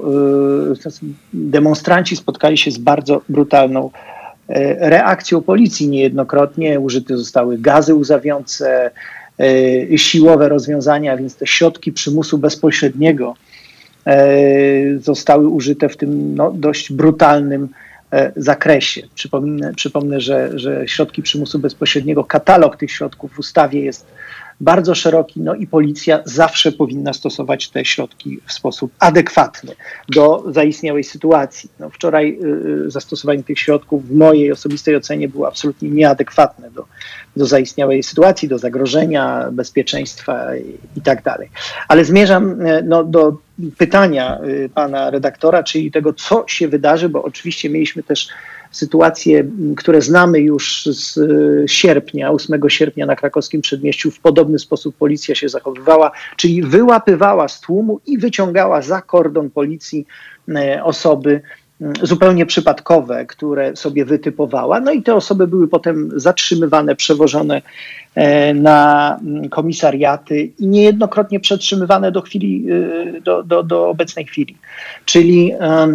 demonstranci spotkali się z bardzo brutalną reakcją policji niejednokrotnie. Użyte zostały gazy łzawiące, siłowe rozwiązania, więc te środki przymusu bezpośredniego zostały użyte w tym no, dość brutalnym zakresie. Przypomnę, przypomnę że, że środki przymusu bezpośredniego, katalog tych środków w ustawie jest bardzo szeroki, no i policja zawsze powinna stosować te środki w sposób adekwatny do zaistniałej sytuacji. No, wczoraj y, zastosowanie tych środków w mojej osobistej ocenie było absolutnie nieadekwatne do, do zaistniałej sytuacji, do zagrożenia bezpieczeństwa i, i tak dalej. Ale zmierzam no, do pytania y, pana redaktora, czyli tego, co się wydarzy, bo oczywiście mieliśmy też sytuacje, które znamy już z sierpnia, ósmego sierpnia na krakowskim przedmieściu. W podobny sposób policja się zachowywała, czyli wyłapywała z tłumu i wyciągała za kordon policji osoby zupełnie przypadkowe, które sobie wytypowała. No i te osoby były potem zatrzymywane, przewożone na komisariaty i niejednokrotnie przetrzymywane do chwili, do, do, do obecnej chwili. Czyli,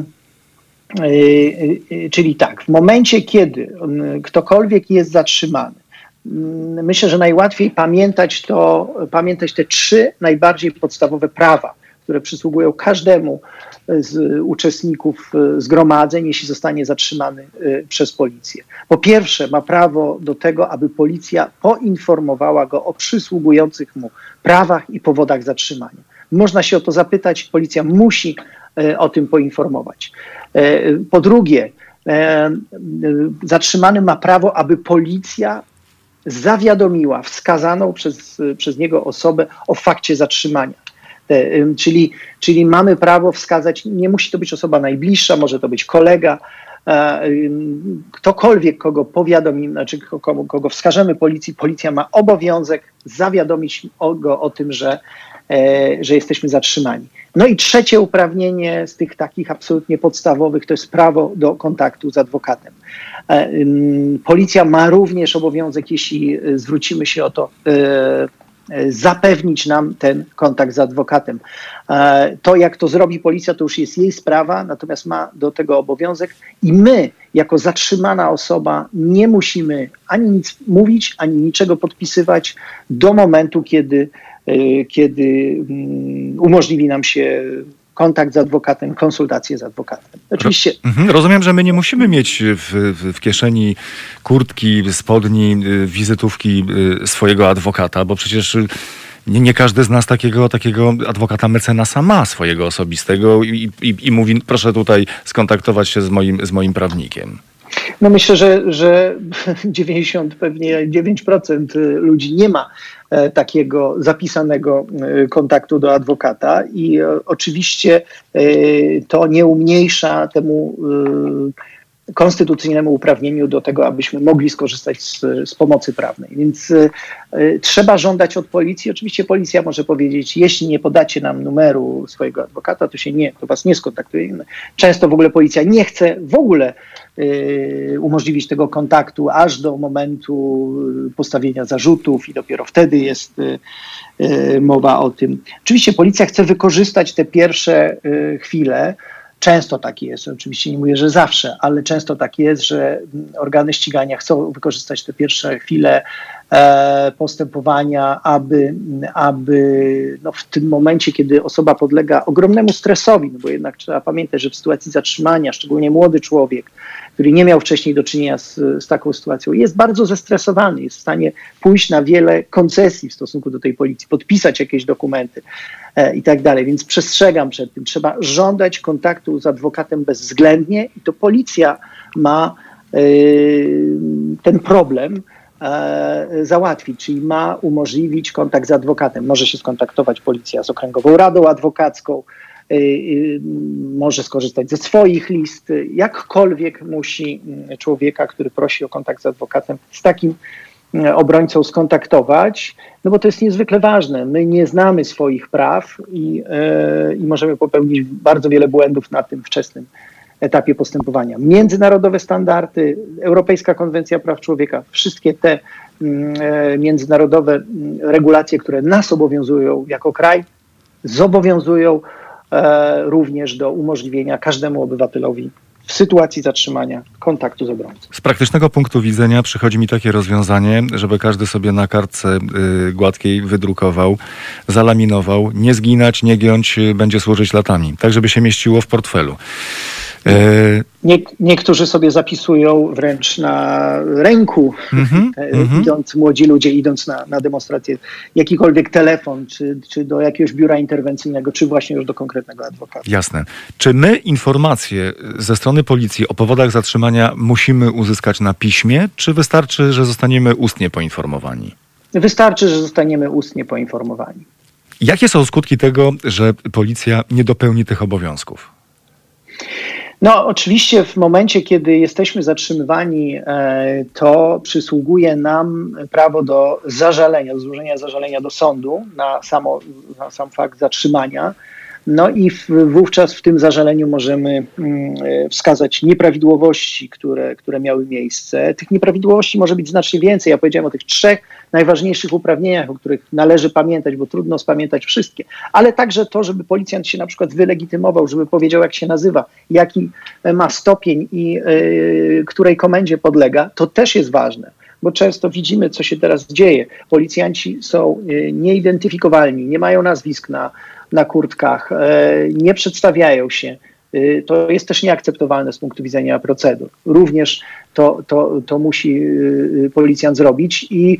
czyli tak, w momencie, kiedy ktokolwiek jest zatrzymany, myślę, że najłatwiej pamiętać to, pamiętać te trzy najbardziej podstawowe prawa, które przysługują każdemu z uczestników zgromadzeń, jeśli zostanie zatrzymany przez policję. Po pierwsze, ma prawo do tego, aby policja poinformowała go o przysługujących mu prawach i powodach zatrzymania. Można się o to zapytać, policja musi o tym poinformować. Po drugie, zatrzymany ma prawo, aby policja zawiadomiła wskazaną przez, przez niego osobę o fakcie zatrzymania. Czyli, czyli mamy prawo wskazać, nie musi to być osoba najbliższa, może to być kolega, ktokolwiek, kogo powiadomimy, znaczy kogo, kogo wskażemy policji, policja ma obowiązek zawiadomić go o tym, że, że jesteśmy zatrzymani. No i trzecie uprawnienie z tych takich absolutnie podstawowych to jest prawo do kontaktu z adwokatem. Policja ma również obowiązek, jeśli zwrócimy się o to, zapewnić nam ten kontakt z adwokatem. To, jak to zrobi policja, to już jest jej sprawa, natomiast ma do tego obowiązek i my, jako zatrzymana osoba, nie musimy ani nic mówić, ani niczego podpisywać do momentu, kiedy, kiedy umożliwi nam się kontakt z adwokatem, konsultacje z adwokatem. Oczywiście.
Rozumiem, że my nie musimy mieć w, w kieszeni kurtki, spodni, wizytówki swojego adwokata, bo przecież nie, nie każdy z nas takiego, takiego adwokata mecenasa ma swojego osobistego i, i, i mówi, proszę tutaj skontaktować się z moim, z moim prawnikiem.
No myślę, że, że dziewięćdziesiąt, pewnie dziewięć procent ludzi nie ma takiego zapisanego kontaktu do adwokata i oczywiście to nie umniejsza temu konstytucyjnemu uprawnieniu do tego, abyśmy mogli skorzystać z, z pomocy prawnej. Więc y, trzeba żądać od policji. Oczywiście policja może powiedzieć, jeśli nie podacie nam numeru swojego adwokata, to się nie, to was nie skontaktujemy. Często w ogóle policja nie chce w ogóle y, umożliwić tego kontaktu aż do momentu postawienia zarzutów i dopiero wtedy jest y, y, mowa o tym. Oczywiście policja chce wykorzystać te pierwsze y, chwile. Często tak jest, oczywiście nie mówię, że zawsze, ale często tak jest, że organy ścigania chcą wykorzystać te pierwsze chwile e, postępowania, aby, aby no w tym momencie, kiedy osoba podlega ogromnemu stresowi, no bo jednak trzeba pamiętać, że w sytuacji zatrzymania, szczególnie młody człowiek, który nie miał wcześniej do czynienia z, z taką sytuacją, jest bardzo zestresowany, jest w stanie pójść na wiele koncesji w stosunku do tej policji, podpisać jakieś dokumenty e, i tak dalej. Więc przestrzegam przed tym. Trzeba żądać kontaktu z adwokatem bezwzględnie i to policja ma e, ten problem e, załatwić, czyli ma umożliwić kontakt z adwokatem. Może się skontaktować policja z Okręgową Radą Adwokacką, może skorzystać ze swoich list, jakkolwiek musi człowieka, który prosi o kontakt z adwokatem, z takim obrońcą skontaktować, no bo to jest niezwykle ważne. My nie znamy swoich praw i, i możemy popełnić bardzo wiele błędów na tym wczesnym etapie postępowania. Międzynarodowe standardy, Europejska Konwencja Praw Człowieka, wszystkie te międzynarodowe regulacje, które nas obowiązują jako kraj, zobowiązują również do umożliwienia każdemu obywatelowi w sytuacji zatrzymania kontaktu z obrońcą.
Z praktycznego punktu widzenia przychodzi mi takie rozwiązanie, żeby każdy sobie na kartce y, gładkiej wydrukował, zalaminował, nie zginać, nie giąć, będzie służyć latami, tak żeby się mieściło w portfelu. Y...
Nie, niektórzy sobie zapisują wręcz na ręku, mm-hmm, idąc, młodzi ludzie idąc na, na demonstrację, jakikolwiek telefon, czy, czy do jakiegoś biura interwencyjnego, czy właśnie już do konkretnego adwokata.
Jasne. Czy my informacje ze strony policji o powodach zatrzymania musimy uzyskać na piśmie, czy wystarczy, że zostaniemy ustnie poinformowani?
Wystarczy, że zostaniemy ustnie poinformowani.
Jakie są skutki tego, że policja nie dopełni tych obowiązków?
No, oczywiście w momencie, kiedy jesteśmy zatrzymywani, to przysługuje nam prawo do zażalenia, do złożenia zażalenia do sądu na, samo, na sam fakt zatrzymania. No i w, wówczas w tym zażaleniu możemy wskazać nieprawidłowości, które, które miały miejsce. Tych nieprawidłowości może być znacznie więcej. Ja powiedziałem o tych trzech najważniejszych uprawnieniach, o których należy pamiętać, bo trudno spamiętać wszystkie. Ale także to, żeby policjant się na przykład wylegitymował, żeby powiedział, jak się nazywa, jaki ma stopień i yy, której komendzie podlega, to też jest ważne. Bo często widzimy, co się teraz dzieje. Policjanci są yy, nieidentyfikowalni, nie mają nazwisk na na kurtkach, nie przedstawiają się. To jest też nieakceptowalne z punktu widzenia procedur. Również to, to, to musi policjant zrobić i,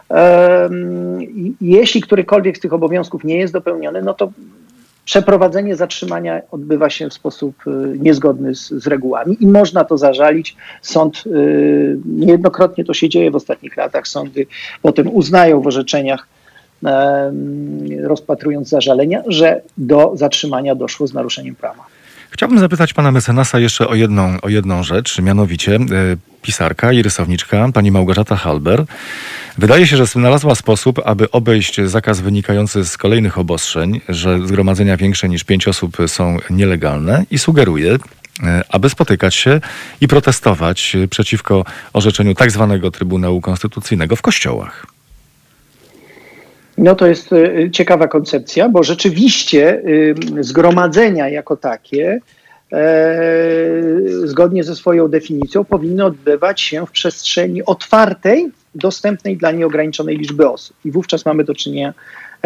i jeśli którykolwiek z tych obowiązków nie jest dopełniony, no to przeprowadzenie zatrzymania odbywa się w sposób niezgodny z, z regułami i można to zażalić. Sąd, niejednokrotnie to się dzieje w ostatnich latach, sądy potem uznają w orzeczeniach, rozpatrując zażalenia, że do zatrzymania doszło z naruszeniem prawa.
Chciałbym zapytać pana mecenasa jeszcze o jedną, o jedną rzecz, mianowicie pisarka i rysowniczka pani Małgorzata Halber wydaje się, że znalazła sposób, aby obejść zakaz wynikający z kolejnych obostrzeń, że zgromadzenia większe niż pięć osób są nielegalne i sugeruje, aby spotykać się i protestować przeciwko orzeczeniu tak zwanego Trybunału Konstytucyjnego w kościołach.
No to jest ciekawa koncepcja, bo rzeczywiście zgromadzenia jako takie, zgodnie ze swoją definicją, powinny odbywać się w przestrzeni otwartej, dostępnej dla nieograniczonej liczby osób. I wówczas mamy do czynienia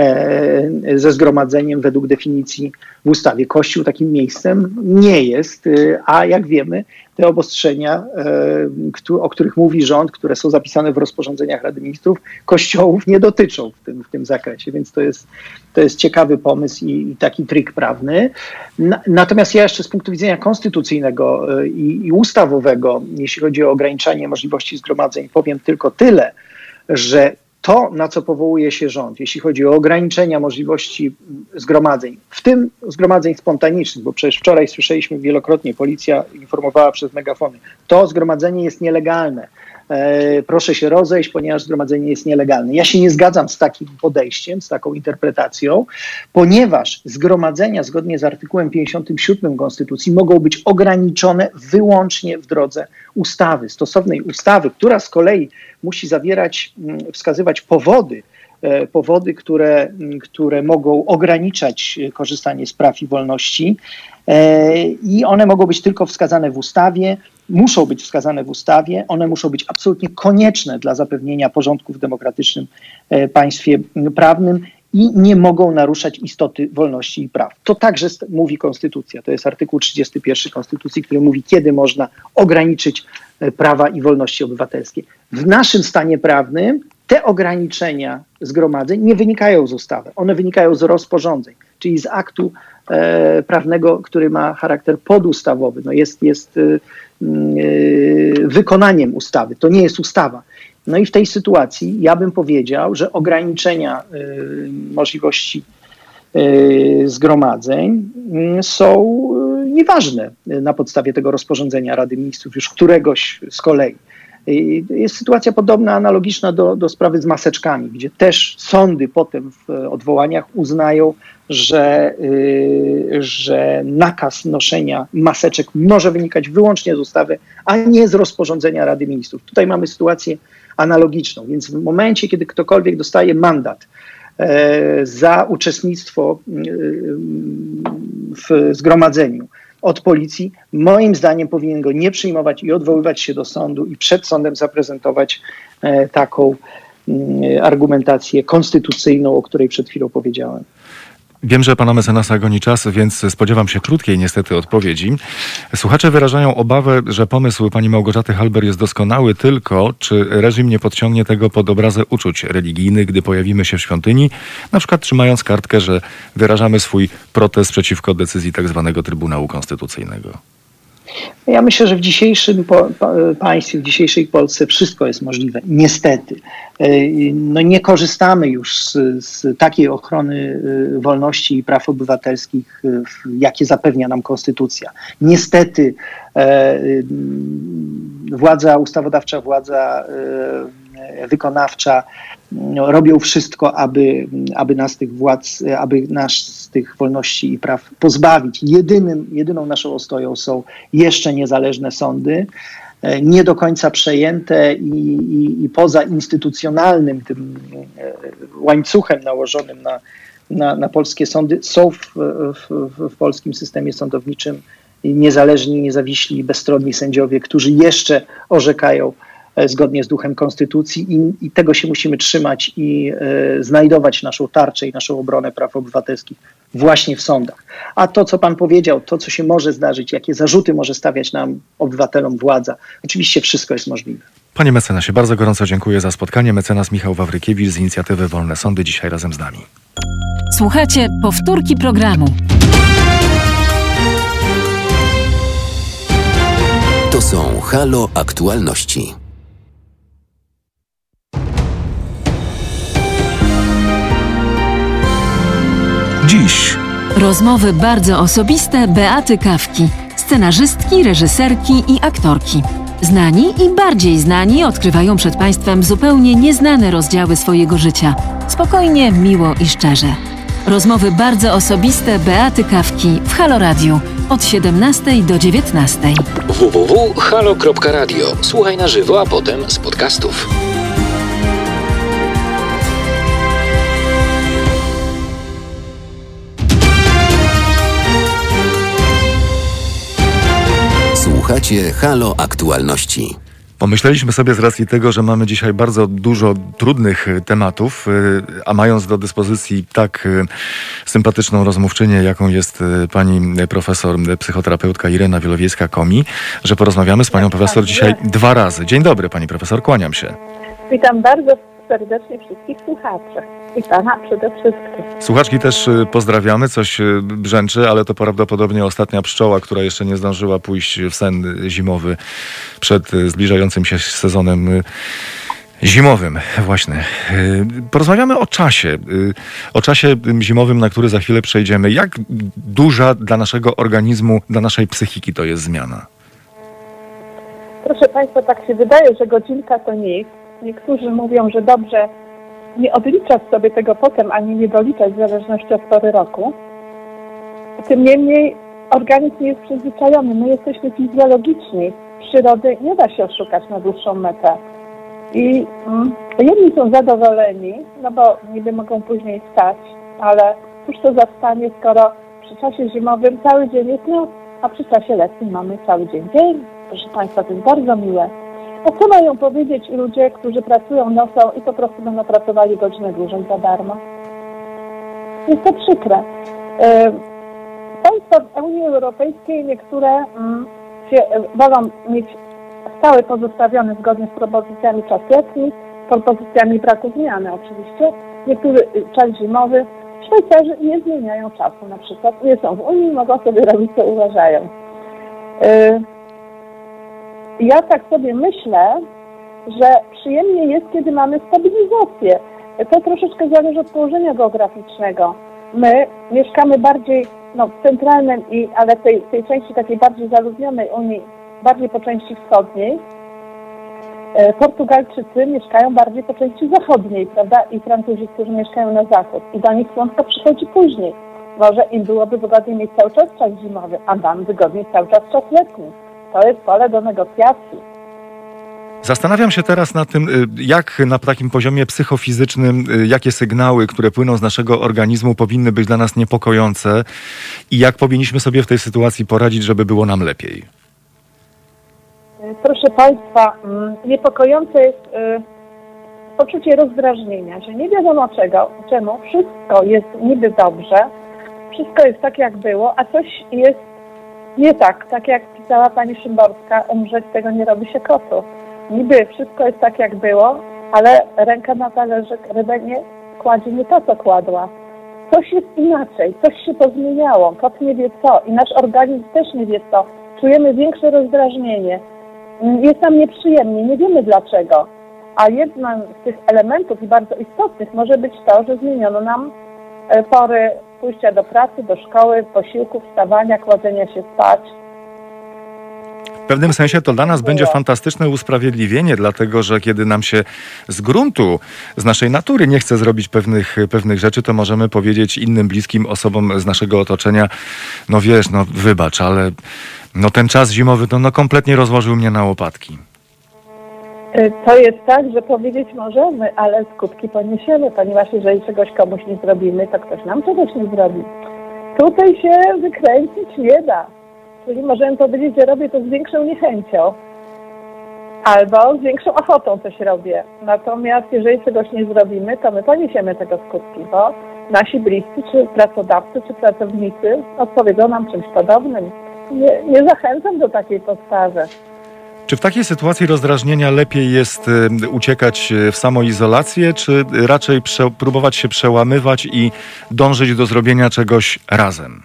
ze zgromadzeniem według definicji w ustawie. Kościół takim miejscem nie jest, a jak wiemy, te obostrzenia, o których mówi rząd, które są zapisane w rozporządzeniach Rady Ministrów, kościołów nie dotyczą w tym, w tym zakresie, więc to jest, to jest ciekawy pomysł i, i taki trik prawny. Natomiast ja jeszcze z punktu widzenia konstytucyjnego i, i ustawowego, jeśli chodzi o ograniczanie możliwości zgromadzeń, powiem tylko tyle, że to, na co powołuje się rząd, jeśli chodzi o ograniczenia możliwości zgromadzeń, w tym zgromadzeń spontanicznych, bo przecież wczoraj słyszeliśmy wielokrotnie, policja informowała przez megafony, to zgromadzenie jest nielegalne. E, proszę się rozejść, ponieważ zgromadzenie jest nielegalne. Ja się nie zgadzam z takim podejściem, z taką interpretacją, ponieważ zgromadzenia zgodnie z artykułem pięćdziesiątym siódmym Konstytucji mogą być ograniczone wyłącznie w drodze ustawy, stosownej ustawy, która z kolei musi zawierać, wskazywać powody, powody, które, które mogą ograniczać korzystanie z praw i wolności i one mogą być tylko wskazane w ustawie, muszą być wskazane w ustawie, one muszą być absolutnie konieczne dla zapewnienia porządku w demokratycznym państwie prawnym i nie mogą naruszać istoty wolności i praw. To także mówi Konstytucja, to jest artykuł trzydziesty pierwszy Konstytucji, który mówi, kiedy można ograniczyć prawa i wolności obywatelskie. W naszym stanie prawnym te ograniczenia zgromadzeń nie wynikają z ustawy, one wynikają z rozporządzeń, czyli z aktu e, prawnego, który ma charakter podustawowy, no jest, jest e, e, wykonaniem ustawy, to nie jest ustawa. No i w tej sytuacji ja bym powiedział, że ograniczenia y, możliwości y, zgromadzeń y, są y, nieważne na podstawie tego rozporządzenia Rady Ministrów, już któregoś z kolei. Y, jest sytuacja podobna, analogiczna do, do sprawy z maseczkami, gdzie też sądy potem w odwołaniach uznają, że, y, że nakaz noszenia maseczek może wynikać wyłącznie z ustawy, a nie z rozporządzenia Rady Ministrów. Tutaj mamy sytuację analogiczną, więc w momencie, kiedy ktokolwiek dostaje mandat e, za uczestnictwo e, w zgromadzeniu od policji, moim zdaniem powinien go nie przyjmować i odwoływać się do sądu i przed sądem zaprezentować e, taką e, argumentację konstytucyjną, o której przed chwilą powiedziałem.
Wiem, że pana mecenasa goni czas, więc spodziewam się krótkiej niestety odpowiedzi. Słuchacze wyrażają obawę, że pomysł pani Małgorzaty Halber jest doskonały, tylko czy reżim nie podciągnie tego pod obrazę uczuć religijnych, gdy pojawimy się w świątyni, na przykład trzymając kartkę, że wyrażamy swój protest przeciwko decyzji tak zwanego Trybunału Konstytucyjnego.
Ja myślę, że w dzisiejszym po, pa, państwie, w dzisiejszej Polsce wszystko jest możliwe. Niestety. No nie korzystamy już z, z takiej ochrony wolności i praw obywatelskich, jakie zapewnia nam Konstytucja. Niestety e, władza ustawodawcza, władza e, wykonawcza no, robią wszystko, aby, aby nas tych władz, aby nas z tych wolności i praw pozbawić. Jedynym, jedyną naszą ostoją są jeszcze niezależne sądy, nie do końca przejęte i, i, i poza instytucjonalnym tym łańcuchem nałożonym na, na, na polskie sądy są w, w, w polskim systemie sądowniczym niezależni, niezawiśli, bezstronni sędziowie, którzy jeszcze orzekają zgodnie z duchem Konstytucji i, i tego się musimy trzymać i e, znajdować naszą tarczę i naszą obronę praw obywatelskich właśnie w sądach. A to, co pan powiedział, to, co się może zdarzyć, jakie zarzuty może stawiać nam, obywatelom, władza, oczywiście wszystko jest możliwe.
Panie mecenasie, bardzo gorąco dziękuję za spotkanie. Mecenas Michał Wawrykiewicz z inicjatywy Wolne Sądy dzisiaj razem z nami.
Słuchajcie powtórki programu.
To są Halo Aktualności.
Dziś
Rozmowy bardzo osobiste Beaty Kawki, scenarzystki, reżyserki i aktorki. Znani i bardziej znani odkrywają przed Państwem zupełnie nieznane rozdziały swojego życia. Spokojnie, miło i szczerze. Rozmowy bardzo osobiste Beaty Kawki w Halo Radio od siedemnastej do dziewiętnastej.
w w w kropka halo kropka radio. Słuchaj na żywo, a potem z podcastów. Słuchacie Halo Aktualności.
Pomyśleliśmy sobie z racji tego, że mamy dzisiaj bardzo dużo trudnych tematów, a mając do dyspozycji tak sympatyczną rozmówczynię, jaką jest pani profesor, psychoterapeutka Irena Wielowiejska-Komi, że porozmawiamy z panią profesor dzisiaj dwa razy. Dzień dobry, pani profesor, kłaniam się.
Witam bardzo serdecznie wszystkich słuchaczy i pana przede wszystkim.
Słuchaczki też pozdrawiamy, coś brzęczy, ale to prawdopodobnie ostatnia pszczoła, która jeszcze nie zdążyła pójść w sen zimowy przed zbliżającym się sezonem zimowym. Właśnie. Porozmawiamy o czasie, o czasie zimowym, na który za chwilę przejdziemy. Jak duża dla naszego organizmu, dla naszej psychiki to jest zmiana?
Proszę państwa, tak się wydaje, że godzinka to nic. Niektórzy mówią, że dobrze nie odliczać sobie tego potem, ani nie doliczać w zależności od pory roku. Tym niemniej organizm nie jest przyzwyczajony. My jesteśmy fizjologiczni. Przyrody nie da się oszukać na dłuższą metę. I mm, jedni są zadowoleni, no bo niby mogą później wstać, ale cóż to za wstanie, skoro przy czasie zimowym cały dzień jest noc, a przy czasie letnim mamy cały dzień dzień. Proszę państwa, to jest bardzo miłe. A co mają powiedzieć ludzie, którzy pracują nocą i po prostu będą pracowali godzinę dłużej za darmo? Jest to przykre. Państwa w Unii Europejskiej niektóre mm, się wolą mieć stały pozostawiony zgodnie z propozycjami czas letni, propozycjami braku zmiany oczywiście. Niektórzy czas zimowy. Szwajcarzy nie zmieniają czasu na przykład. Nie są w Unii, mogą sobie robić co uważają. Yy, Ja tak sobie myślę, że przyjemnie jest, kiedy mamy stabilizację. To troszeczkę zależy od położenia geograficznego. My mieszkamy bardziej no, w centralnym, i, ale w tej, tej części takiej bardziej zaludnionej Unii, bardziej po części wschodniej. Portugalczycy mieszkają bardziej po części zachodniej, prawda? I Francuzi, którzy mieszkają na zachód. I do nich słonko przychodzi później. Może im byłoby wygodniej mieć cały czas czas zimowy, a nam wygodniej cały czas czas letni. To jest pole do negocjacji.
Zastanawiam się teraz nad tym, jak na takim poziomie psychofizycznym, jakie sygnały, które płyną z naszego organizmu, powinny być dla nas niepokojące i jak powinniśmy sobie w tej sytuacji poradzić, żeby było nam lepiej.
Proszę państwa, niepokojące jest poczucie rozdrażnienia, że nie wiadomo czego, czemu wszystko jest niby dobrze, wszystko jest tak jak było, a coś jest nie tak, tak jak pisała pani Szymborska, umrzeć tego nie robi się kotu. Niby wszystko jest tak jak było, ale ręka na talerzyk rybę nie kładzie nie to, co kładła. Coś jest inaczej, coś się pozmieniało, kot nie wie co i nasz organizm też nie wie co. czujemy większe rozdrażnienie, jest nam nieprzyjemnie, nie wiemy dlaczego. A jednym z tych elementów i bardzo istotnych może być to, że zmieniono nam pory pójścia do pracy, do szkoły, posiłku, wstawania, kładzenia się spać.
W pewnym sensie to dla nas będzie fantastyczne usprawiedliwienie, dlatego że kiedy nam się z gruntu, z naszej natury nie chce zrobić pewnych, pewnych rzeczy, to możemy powiedzieć innym bliskim osobom z naszego otoczenia, no wiesz, no wybacz, ale no ten czas zimowy to no kompletnie rozłożył mnie na łopatki.
To jest tak, że powiedzieć możemy, ale skutki poniesiemy, ponieważ jeżeli czegoś komuś nie zrobimy, to ktoś nam czegoś nie zrobi. Tutaj się wykręcić nie da. Czyli możemy powiedzieć, że robię to z większą niechęcią albo z większą ochotą coś robię. Natomiast jeżeli czegoś nie zrobimy, to my poniesiemy tego skutki, bo nasi bliscy, czy pracodawcy, czy pracownicy odpowiedzą nam czymś podobnym. Nie, nie zachęcam do takiej postawy.
Czy w takiej sytuacji rozdrażnienia lepiej jest y, uciekać w samoizolację, czy raczej prze, próbować się przełamywać i dążyć do zrobienia czegoś razem?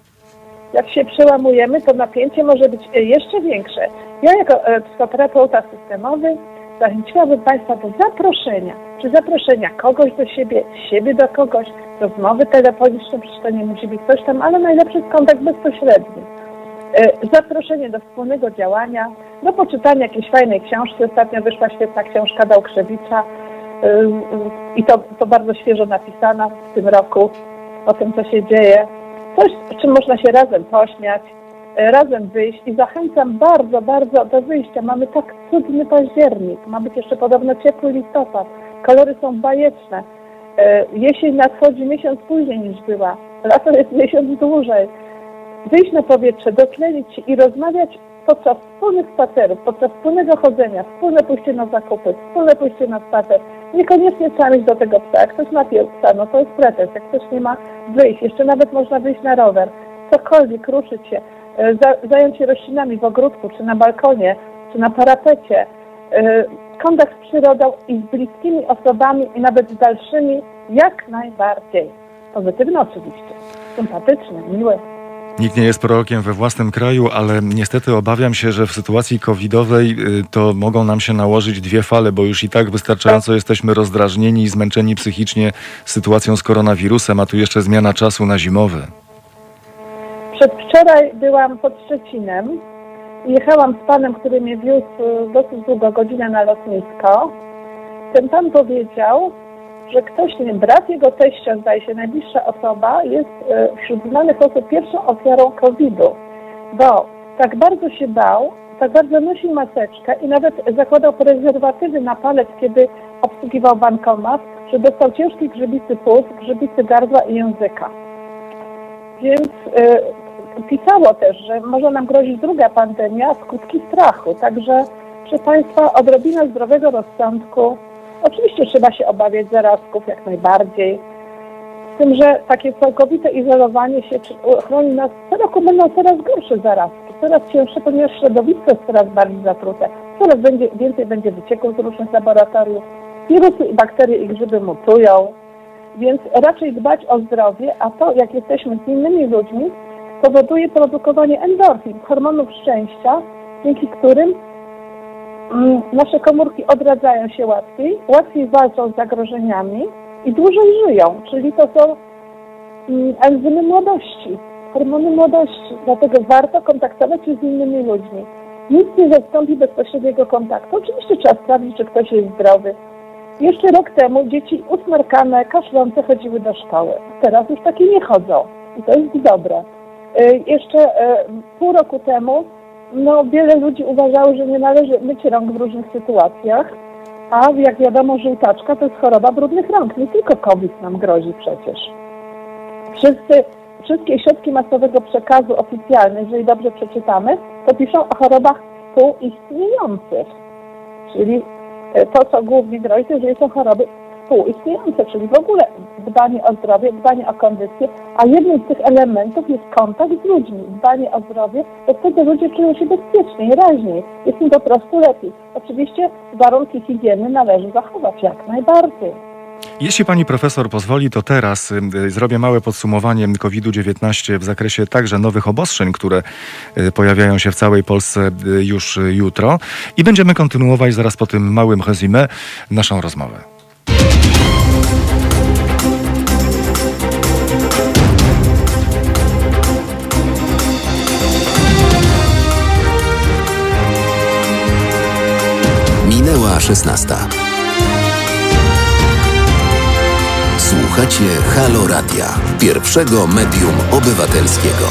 Jak się przełamujemy, to napięcie może być jeszcze większe. Ja jako e, psychoterapeuta systemowy zachęciłabym Państwa do zaproszenia, czy zaproszenia kogoś do siebie, siebie do kogoś, rozmowy telefoniczne, przecież to nie musi być coś tam, ale najlepszy jest kontakt bezpośredni. E, zaproszenie do wspólnego działania, do poczytania jakiejś fajnej książki. Ostatnio wyszła świetna książka Dałkrzewicza e, e, i to, to bardzo świeżo napisana w tym roku o tym, co się dzieje. Coś, z czym można się razem pośmiać, razem wyjść i zachęcam bardzo, bardzo do wyjścia. Mamy tak cudny październik, ma być jeszcze podobno ciepły listopad, kolory są bajeczne. Jesień nadchodzi miesiąc później niż była, lato jest miesiąc dłużej. Wyjść na powietrze, dotlenić się i rozmawiać podczas wspólnych spacerów, podczas wspólnego chodzenia, wspólne pójście na zakupy, wspólne pójście na spacer. Niekoniecznie trzeba mieć do tego psa. Jak ktoś ma psa, no to jest pretekst. Jak ktoś nie ma, wyjść. Jeszcze nawet można wyjść na rower. Cokolwiek, ruszyć się, zająć się roślinami w ogródku, czy na balkonie, czy na parapecie. Kontakt z przyrodą i z bliskimi osobami i nawet z dalszymi jak najbardziej. Pozytywny oczywiście. Sympatyczny, miły.
Nikt nie jest prorokiem we własnym kraju, ale niestety obawiam się, że w sytuacji covidowej to mogą nam się nałożyć dwie fale, bo już i tak wystarczająco jesteśmy rozdrażnieni i zmęczeni psychicznie sytuacją z koronawirusem, a tu jeszcze zmiana czasu na zimowy.
Przedwczoraj byłam pod Szczecinem i jechałam z panem, który mnie wiózł dosyć długo, godzinę na lotnisko. Ten pan powiedział, że ktoś, nie wiem, brat jego teścia, zdaje się, najbliższa osoba, jest e, wśród znanych osób pierwszą ofiarą kowida, bo tak bardzo się bał, tak bardzo nosił maseczkę i nawet zakładał prezerwatywy na palec, kiedy obsługiwał bankomat, że dostał ciężkiej grzybicy płuc, grzybicy gardła i języka. Więc e, pisało też, że może nam grozić druga pandemia, skutki strachu. Także, proszę Państwa, odrobina zdrowego rozsądku. Oczywiście trzeba się obawiać zarazków jak najbardziej. Z tym, że takie całkowite izolowanie się chroni nas. Co roku będą coraz gorsze zarazki, coraz cięższe, ponieważ środowisko jest coraz bardziej zatrute. Coraz będzie, więcej będzie wycieków z różnych laboratoriów. Wirusy i bakterie i grzyby mutują. Więc raczej dbać o zdrowie, a to, jak jesteśmy z innymi ludźmi, powoduje produkowanie endorfin, hormonów szczęścia, dzięki którym nasze komórki odradzają się łatwiej, łatwiej walczą z zagrożeniami i dłużej żyją, czyli to są enzymy młodości, hormony młodości. Dlatego warto kontaktować się z innymi ludźmi. Nic nie zastąpi bezpośredniego kontaktu. Oczywiście trzeba sprawdzić, czy ktoś jest zdrowy. Jeszcze rok temu dzieci usmarkane, kaszlące chodziły do szkoły. Teraz już takie nie chodzą i to jest dobre. Jeszcze pół roku temu no, wiele ludzi uważało, że nie należy myć rąk w różnych sytuacjach, a jak wiadomo, żółtaczka to jest choroba brudnych rąk. Nie tylko COVID nam grozi przecież. Wszyscy, wszystkie środki masowego przekazu oficjalne, jeżeli dobrze przeczytamy, to piszą o chorobach współistniejących. Czyli to, co głównie grozi, to jeżeli są choroby współistniejące, czyli w ogóle dbanie o zdrowie, dbanie o kondycję, a jednym z tych elementów jest kontakt z ludźmi, dbanie o zdrowie, bo wtedy ludzie czują się bezpieczniej, raźniej, jest im po prostu lepiej. Oczywiście warunki higieny należy zachować jak najbardziej.
Jeśli pani profesor pozwoli, to teraz y, zrobię małe podsumowanie kowid dziewiętnaście w zakresie także nowych obostrzeń, które y, pojawiają się w całej Polsce y, już y, jutro i będziemy kontynuować zaraz po tym małym resumé naszą rozmowę.
Minęła szesnasta. Słuchacie Halo Radia, pierwszego medium obywatelskiego.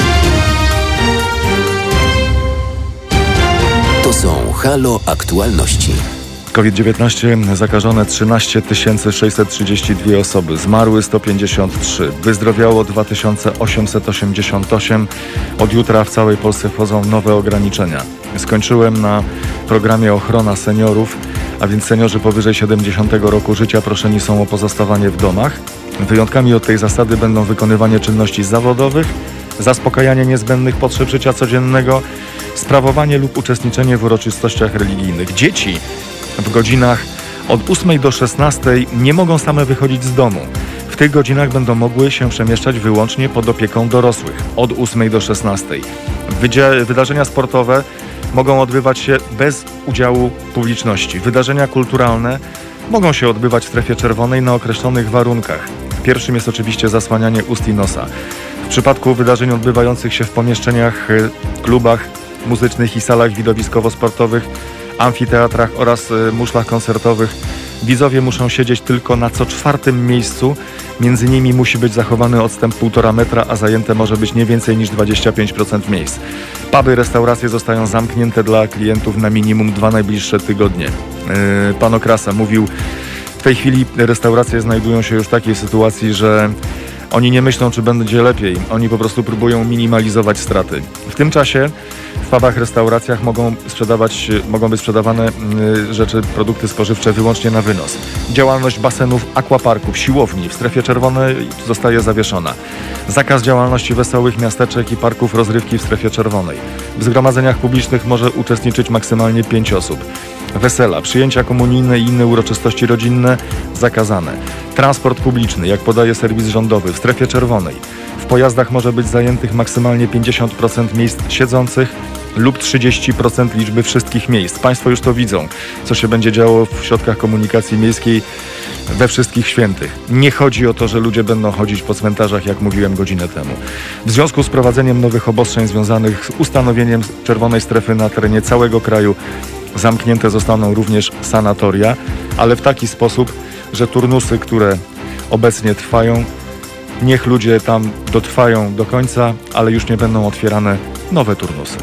To są Halo Aktualności.
kowid dziewiętnaście zakażone trzynaście tysięcy sześćset trzydzieści dwie osoby, zmarły sto pięćdziesiąt trzy, wyzdrowiało dwa tysiące osiemset osiemdziesiąt osiem. Od jutra w całej Polsce wchodzą nowe ograniczenia. Skończyłem na programie Ochrona Seniorów, a więc seniorzy powyżej siedemdziesiątego roku życia proszeni są o pozostawanie w domach. Wyjątkami od tej zasady będą wykonywanie czynności zawodowych, zaspokajanie niezbędnych potrzeb życia codziennego, sprawowanie lub uczestniczenie w uroczystościach religijnych. Dzieci w godzinach od ósmej do szesnastej nie mogą same wychodzić z domu. W tych godzinach będą mogły się przemieszczać wyłącznie pod opieką dorosłych. Od ósmej do szesnastej. Wydzia- wydarzenia sportowe mogą odbywać się bez udziału publiczności. Wydarzenia kulturalne mogą się odbywać w strefie czerwonej na określonych warunkach. Pierwszym jest oczywiście zasłanianie ust i nosa. W przypadku wydarzeń odbywających się w pomieszczeniach, klubach muzycznych i salach widowiskowo-sportowych, amfiteatrach oraz muszlach koncertowych widzowie muszą siedzieć tylko na co czwartym miejscu. Między nimi musi być zachowany odstęp półtora metra, a zajęte może być nie więcej niż dwadzieścia pięć procent miejsc. Puby, restauracje zostają zamknięte dla klientów na minimum dwa najbliższe tygodnie. Yy, pan Okrasa mówił, w tej chwili restauracje znajdują się już w takiej sytuacji, że oni nie myślą, czy będzie lepiej. Oni po prostu próbują minimalizować straty. W tym czasie w pubach, restauracjach mogą sprzedawać, mogą być sprzedawane y, rzeczy, produkty spożywcze wyłącznie na wynos. Działalność basenów, aquaparków, siłowni w strefie czerwonej zostaje zawieszona. Zakaz działalności wesołych miasteczek i parków rozrywki w strefie czerwonej. W zgromadzeniach publicznych może uczestniczyć maksymalnie pięć osób. Wesela, przyjęcia komunijne i inne uroczystości rodzinne zakazane. Transport publiczny, jak podaje serwis rządowy, w strefie czerwonej. W pojazdach może być zajętych maksymalnie pięćdziesiąt procent miejsc siedzących lub trzydzieści procent liczby wszystkich miejsc. Państwo już to widzą, co się będzie działo w środkach komunikacji miejskiej we wszystkich świętych. Nie chodzi o to, że ludzie będą chodzić po cmentarzach, jak mówiłem godzinę temu. W związku z prowadzeniem nowych obostrzeń związanych z ustanowieniem czerwonej strefy na terenie całego kraju zamknięte zostaną również sanatoria, ale w taki sposób, że turnusy, które obecnie trwają, niech ludzie tam dotrwają do końca, ale już nie będą otwierane nowe turnusy.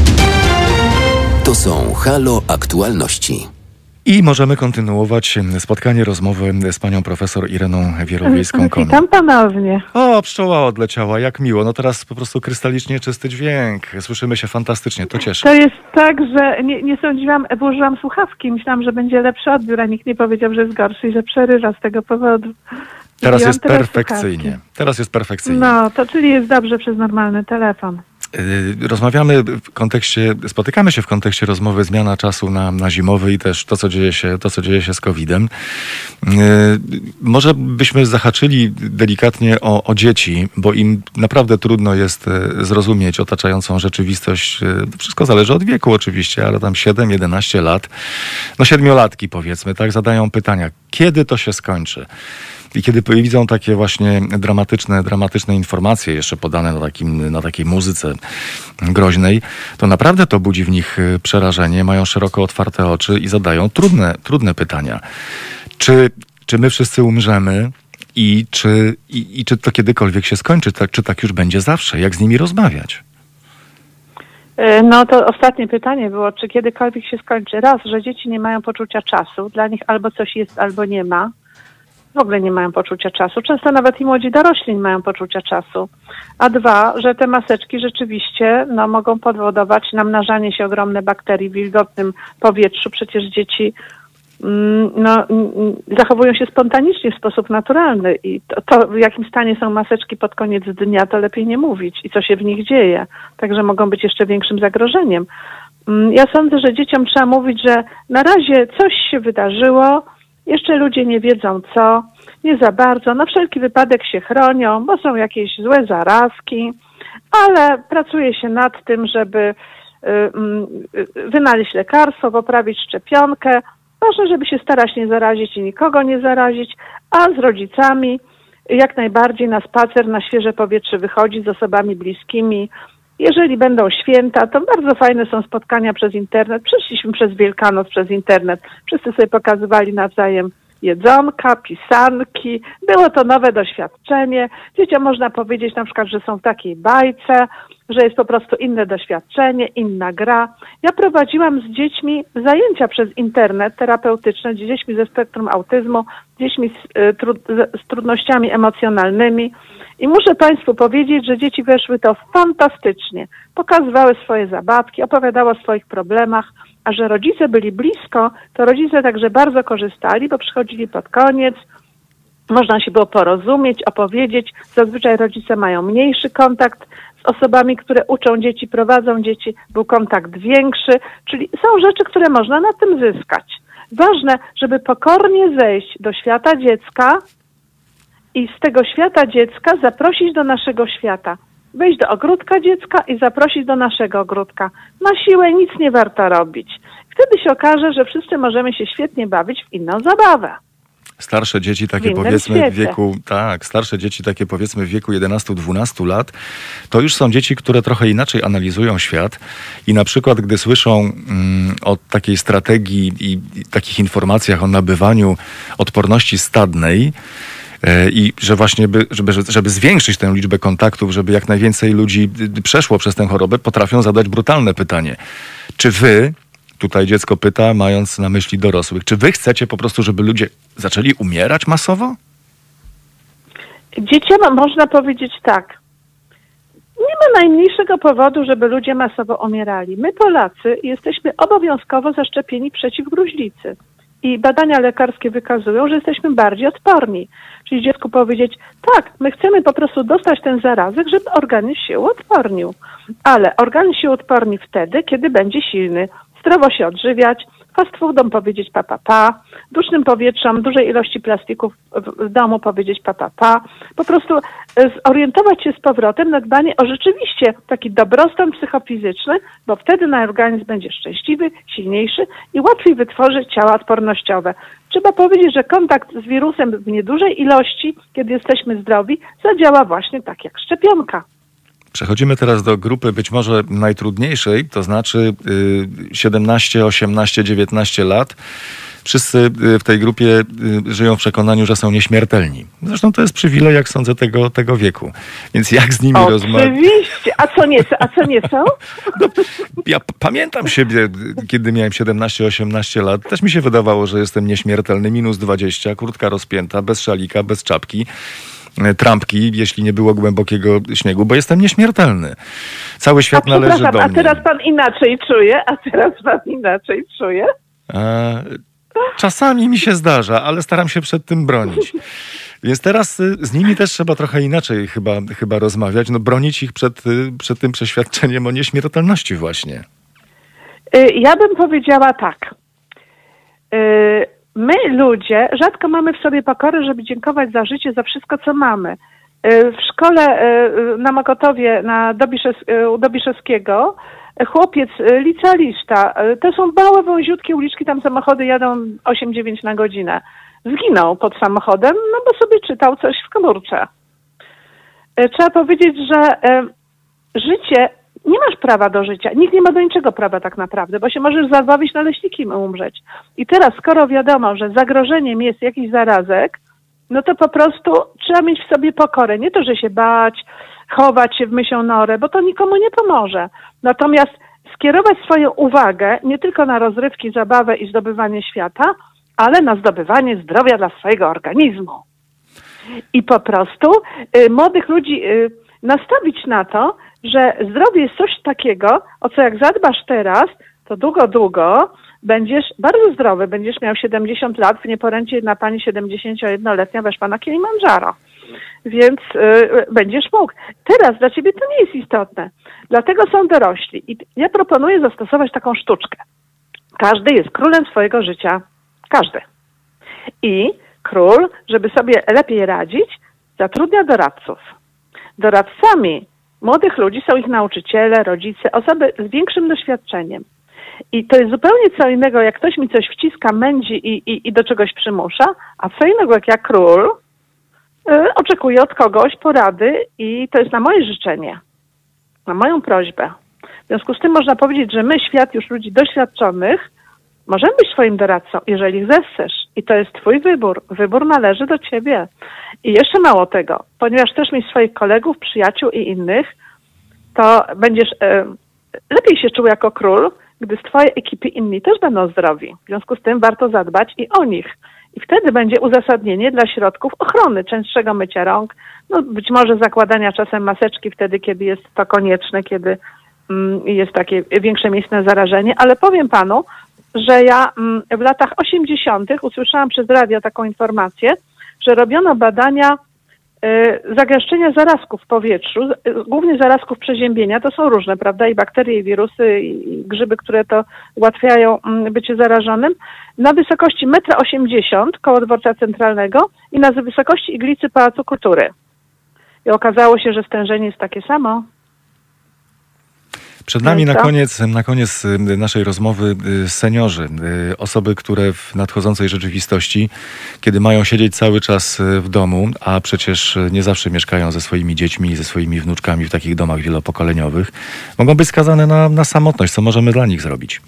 To są Halo Aktualności.
I możemy kontynuować spotkanie, rozmowę z panią profesor Ireną Wielowiejską-Koną.
Witam ponownie.
O, pszczoła odleciała, jak miło. No teraz po prostu krystalicznie czysty dźwięk. Słyszymy się fantastycznie, to cieszy.
To jest tak, że nie, nie sądziłam, włożyłam słuchawki, myślałam, że będzie lepszy odbiór, a nikt nie powiedział, że jest gorszy i że przerywa z tego powodu.
Teraz jest perfekcyjnie. Teraz jest perfekcyjnie.
No, to czyli jest dobrze przez normalny telefon.
Rozmawiamy w kontekście, spotykamy się w kontekście rozmowy zmiana czasu na, na zimowy i też to, co dzieje się, to, co dzieje się z kowidem. Yy, może byśmy zahaczyli delikatnie o, o dzieci, bo im naprawdę trudno jest zrozumieć otaczającą rzeczywistość. Wszystko zależy od wieku oczywiście, ale tam siedem jedenaście lat, no siedmiolatki powiedzmy, tak, zadają pytania, kiedy to się skończy? I kiedy widzą takie właśnie dramatyczne, dramatyczne informacje, jeszcze podane na, takim, na takiej muzyce groźnej, to naprawdę to budzi w nich przerażenie, mają szeroko otwarte oczy i zadają trudne, trudne pytania. Czy, czy my wszyscy umrzemy i czy, i, i czy to kiedykolwiek się skończy? Tak, czy tak już będzie zawsze? Jak z nimi rozmawiać?
No to ostatnie pytanie było, czy kiedykolwiek się skończy? Raz, że dzieci nie mają poczucia czasu. Dla nich albo coś jest, albo nie ma. W ogóle nie mają poczucia czasu. Często nawet i młodzi dorośli nie mają poczucia czasu. A dwa, że te maseczki rzeczywiście no, mogą powodować namnażanie się ogromne bakterii w wilgotnym powietrzu. Przecież dzieci mm, no, mm, zachowują się spontanicznie w sposób naturalny i to, to, w jakim stanie są maseczki pod koniec dnia, to lepiej nie mówić i co się w nich dzieje. Także mogą być jeszcze większym zagrożeniem. Mm, ja sądzę, że dzieciom trzeba mówić, że na razie coś się wydarzyło, Jeszcze ludzie nie wiedzą co, nie za bardzo, na wszelki wypadek się chronią, bo są jakieś złe zarazki, ale pracuje się nad tym, żeby wynaleźć lekarstwo, poprawić szczepionkę. Ważne, żeby się starać nie zarazić i nikogo nie zarazić, a z rodzicami jak najbardziej na spacer, na świeże powietrze wychodzić z osobami bliskimi. Jeżeli będą święta, to bardzo fajne są spotkania przez internet. Przyszliśmy przez Wielkanoc przez internet. Wszyscy sobie pokazywali nawzajem jedzonka, pisanki. Było to nowe doświadczenie. Dzieciom można powiedzieć na przykład, że są w takiej bajce, że jest po prostu inne doświadczenie, inna gra. Ja prowadziłam z dziećmi zajęcia przez internet terapeutyczne, z dziećmi ze spektrum autyzmu, z dziećmi z, z trudnościami emocjonalnymi. I muszę Państwu powiedzieć, że dzieci weszły to fantastycznie. Pokazywały swoje zabawki, opowiadały o swoich problemach, a że rodzice byli blisko, to rodzice także bardzo korzystali, bo przychodzili pod koniec, można się było porozumieć, opowiedzieć. Zazwyczaj rodzice mają mniejszy kontakt z osobami, które uczą dzieci, prowadzą dzieci, był kontakt większy, czyli są rzeczy, które można na tym zyskać. Ważne, żeby pokornie zejść do świata dziecka i z tego świata dziecka zaprosić do naszego świata. Wejść do ogródka dziecka i zaprosić do naszego ogródka. Na siłę nic nie warto robić. Wtedy się okaże, że wszyscy możemy się świetnie bawić w inną zabawę.
Starsze dzieci takie powiedzmy świecie. w wieku, tak, starsze dzieci takie powiedzmy w wieku jedenastu dwunastu lat, to już są dzieci, które trochę inaczej analizują świat i na przykład gdy słyszą mm, o takiej strategii i, i takich informacjach o nabywaniu odporności stadnej, i że właśnie, by, żeby, żeby zwiększyć tę liczbę kontaktów, żeby jak najwięcej ludzi przeszło przez tę chorobę, potrafią zadać brutalne pytanie. Czy wy, tutaj dziecko pyta, mając na myśli dorosłych, czy wy chcecie po prostu, żeby ludzie zaczęli umierać masowo?
Dzieciom można powiedzieć tak. Nie ma najmniejszego powodu, żeby ludzie masowo umierali. My Polacy jesteśmy obowiązkowo zaszczepieni przeciw gruźlicy. I badania lekarskie wykazują, że jesteśmy bardziej odporni. Czyli dziecku powiedzieć, tak, my chcemy po prostu dostać ten zarazek, żeby organizm się uodpornił. Ale organizm się uodporni wtedy, kiedy będzie silny. Zdrowo się odżywiać, fast foodom powiedzieć pa, pa, pa, dusznym powietrzom, dużej ilości plastików w domu powiedzieć pa, pa, pa. Po prostu zorientować się z powrotem na dbanie o rzeczywiście taki dobrostan psychofizyczny, bo wtedy nasz organizm będzie szczęśliwy, silniejszy i łatwiej wytworzy ciała odpornościowe. Trzeba powiedzieć, że kontakt z wirusem w niedużej ilości, kiedy jesteśmy zdrowi, zadziała właśnie tak jak szczepionka.
Przechodzimy teraz do grupy być może najtrudniejszej, to znaczy siedemnaście, osiemnaście, dziewiętnaście lat. Wszyscy w tej grupie żyją w przekonaniu, że są nieśmiertelni. Zresztą to jest przywilej, jak sądzę, tego, tego wieku. Więc jak z nimi rozmawiać?
Oczywiście. A co nie, a co nie są?
No, ja p- pamiętam siebie, kiedy miałem siedemnaście, osiemnaście lat. Też mi się wydawało, że jestem nieśmiertelny. minus dwadzieścia, kurtka rozpięta, bez szalika, bez czapki. Trampki, jeśli nie było głębokiego śniegu, bo jestem nieśmiertelny. Cały świat
a
należy do mnie.
A teraz pan inaczej czuje? A teraz pan inaczej czuje?
A, czasami mi się zdarza, ale staram się przed tym bronić. Więc teraz z nimi też trzeba trochę inaczej chyba, chyba rozmawiać, no bronić ich przed, przed tym przeświadczeniem o nieśmiertelności właśnie.
Ja bym powiedziała tak. My, ludzie, rzadko mamy w sobie pokorę, żeby dziękować za życie, za wszystko, co mamy. W szkole na Mokotowie, na Dobiszes- u Dobiszewskiego, chłopiec, licealista, to są małe, wąziutkie uliczki, tam samochody jadą osiem dziewięć na godzinę. Zginął pod samochodem, no bo sobie czytał coś w komórce. Trzeba powiedzieć, że życie, nie masz prawa do życia. Nikt nie ma do niczego prawa tak naprawdę, bo się możesz zabawić na leśnikiem i umrzeć. I teraz, skoro wiadomo, że zagrożeniem jest jakiś zarazek, no to po prostu trzeba mieć w sobie pokorę. Nie to, że się bać, chować się w mysią norę, bo to nikomu nie pomoże. Natomiast skierować swoją uwagę nie tylko na rozrywki, zabawę i zdobywanie świata, ale na zdobywanie zdrowia dla swojego organizmu. I po prostu y, młodych ludzi y, nastawić na to, że zdrowie jest coś takiego, o co jak zadbasz teraz, to długo, długo będziesz bardzo zdrowy, będziesz miał siedemdziesiąt lat, w nieporęcie jedna pani siedemdziesięciojednoletnia weszła na Kilimandżaro. Więc y, będziesz mógł. Teraz dla ciebie to nie jest istotne. Dlatego są dorośli. I ja proponuję zastosować taką sztuczkę. Każdy jest królem swojego życia. Każdy. I król, żeby sobie lepiej radzić, zatrudnia doradców. Doradcami młodych ludzi są ich nauczyciele, rodzice, osoby z większym doświadczeniem. I to jest zupełnie co innego, jak ktoś mi coś wciska, mędzi i, i, i do czegoś przymusza, a co innego, jak ja król y, oczekuję od kogoś porady i to jest na moje życzenie, na moją prośbę. W związku z tym można powiedzieć, że my, świat już ludzi doświadczonych, możemy być swoim doradcą, jeżeli zechcesz. I to jest twój wybór. Wybór należy do ciebie. I jeszcze mało tego, ponieważ chcesz mieć swoich kolegów, przyjaciół i innych, to będziesz e, lepiej się czuł jako król, gdy z twojej ekipy inni też będą zdrowi. W związku z tym warto zadbać i o nich. I wtedy będzie uzasadnienie dla środków ochrony, częstszego mycia rąk, no być może zakładania czasem maseczki wtedy, kiedy jest to konieczne, kiedy mm, jest takie większe miejsce na zarażenie. Ale powiem panu, że ja mm, w latach osiemdziesiątych usłyszałam przez radio taką informację, że robiono badania y, zagęszczenia zarazków w powietrzu, y, głównie zarazków przeziębienia, to są różne, prawda, i bakterie, i wirusy, i, i grzyby, które to ułatwiają y, bycie zarażonym, na wysokości jeden osiemdziesiąt metra koło dworca centralnego i na wysokości iglicy Pałacu Kultury. I okazało się, że stężenie jest takie samo.
Przed nami na koniec, na koniec naszej rozmowy seniorzy, osoby, które w nadchodzącej rzeczywistości, kiedy mają siedzieć cały czas w domu, a przecież nie zawsze mieszkają ze swoimi dziećmi i ze swoimi wnuczkami w takich domach wielopokoleniowych, mogą być skazane na, na samotność. Co możemy dla nich zrobić?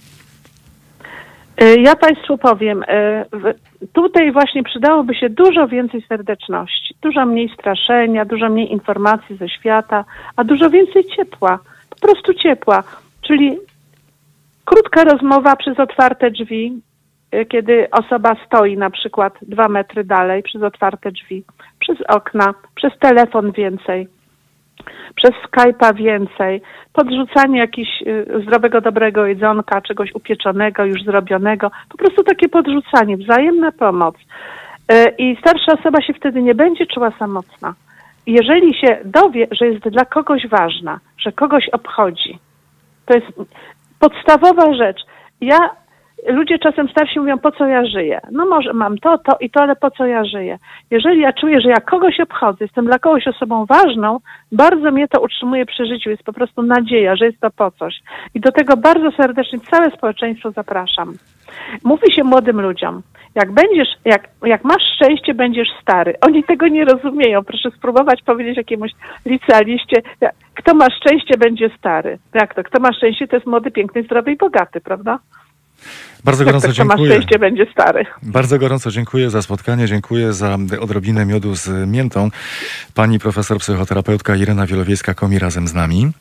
Ja Państwu powiem, tutaj właśnie przydałoby się dużo więcej serdeczności, dużo mniej straszenia, dużo mniej informacji ze świata, a dużo więcej ciepła. Po prostu ciepła, czyli krótka rozmowa przez otwarte drzwi, kiedy osoba stoi na przykład dwa metry dalej, przez otwarte drzwi, przez okna, przez telefon więcej, przez Skype'a więcej, podrzucanie jakiegoś zdrowego, dobrego jedzonka, czegoś upieczonego, już zrobionego, po prostu takie podrzucanie, wzajemna pomoc. I starsza osoba się wtedy nie będzie czuła samotna. Jeżeli się dowie, że jest dla kogoś ważna, że kogoś obchodzi, to jest podstawowa rzecz. Ja, ludzie czasem starsi mówią, po co ja żyję? No może mam to, to i to, ale po co ja żyję? Jeżeli ja czuję, że ja kogoś obchodzę, jestem dla kogoś osobą ważną, bardzo mnie to utrzymuje przy życiu. Jest po prostu nadzieja, że jest to po coś. I do tego bardzo serdecznie całe społeczeństwo zapraszam. Mówi się młodym ludziom, jak będziesz, jak, jak masz szczęście, będziesz stary. Oni tego nie rozumieją. Proszę spróbować powiedzieć jakiemuś licealiście, kto ma szczęście, będzie stary. Jak to? Kto ma szczęście, to jest młody, piękny, zdrowy i bogaty, prawda?
Bardzo gorąco
jak to, kto
dziękuję.
ma szczęście, będzie stary.
Bardzo gorąco dziękuję za spotkanie, dziękuję za odrobinę miodu z miętą. Pani profesor psychoterapeutka Irena Wielowiejska-Komi razem z nami.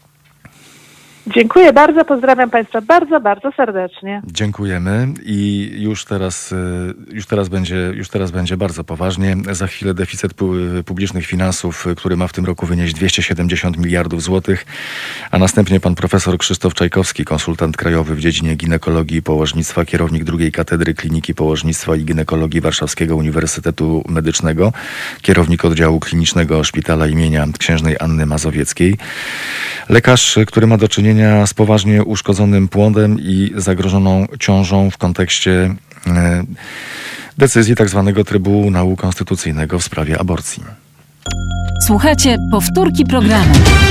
Dziękuję bardzo, pozdrawiam Państwa bardzo, bardzo serdecznie.
Dziękujemy i już teraz, już teraz będzie, już teraz będzie bardzo poważnie. Za chwilę deficyt publicznych finansów, który ma w tym roku wynieść dwieście siedemdziesiąt miliardów złotych, a następnie pan profesor Krzysztof Czajkowski, konsultant krajowy w dziedzinie ginekologii i położnictwa, kierownik drugiej katedry Kliniki Położnictwa i Ginekologii Warszawskiego Uniwersytetu Medycznego, kierownik oddziału klinicznego Szpitala imienia Księżnej Anny Mazowieckiej, lekarz, który ma do czynienia z poważnie uszkodzonym płodem i zagrożoną ciążą w kontekście e, decyzji tzw. Trybunału Konstytucyjnego w sprawie aborcji.
Słuchajcie, powtórki programu.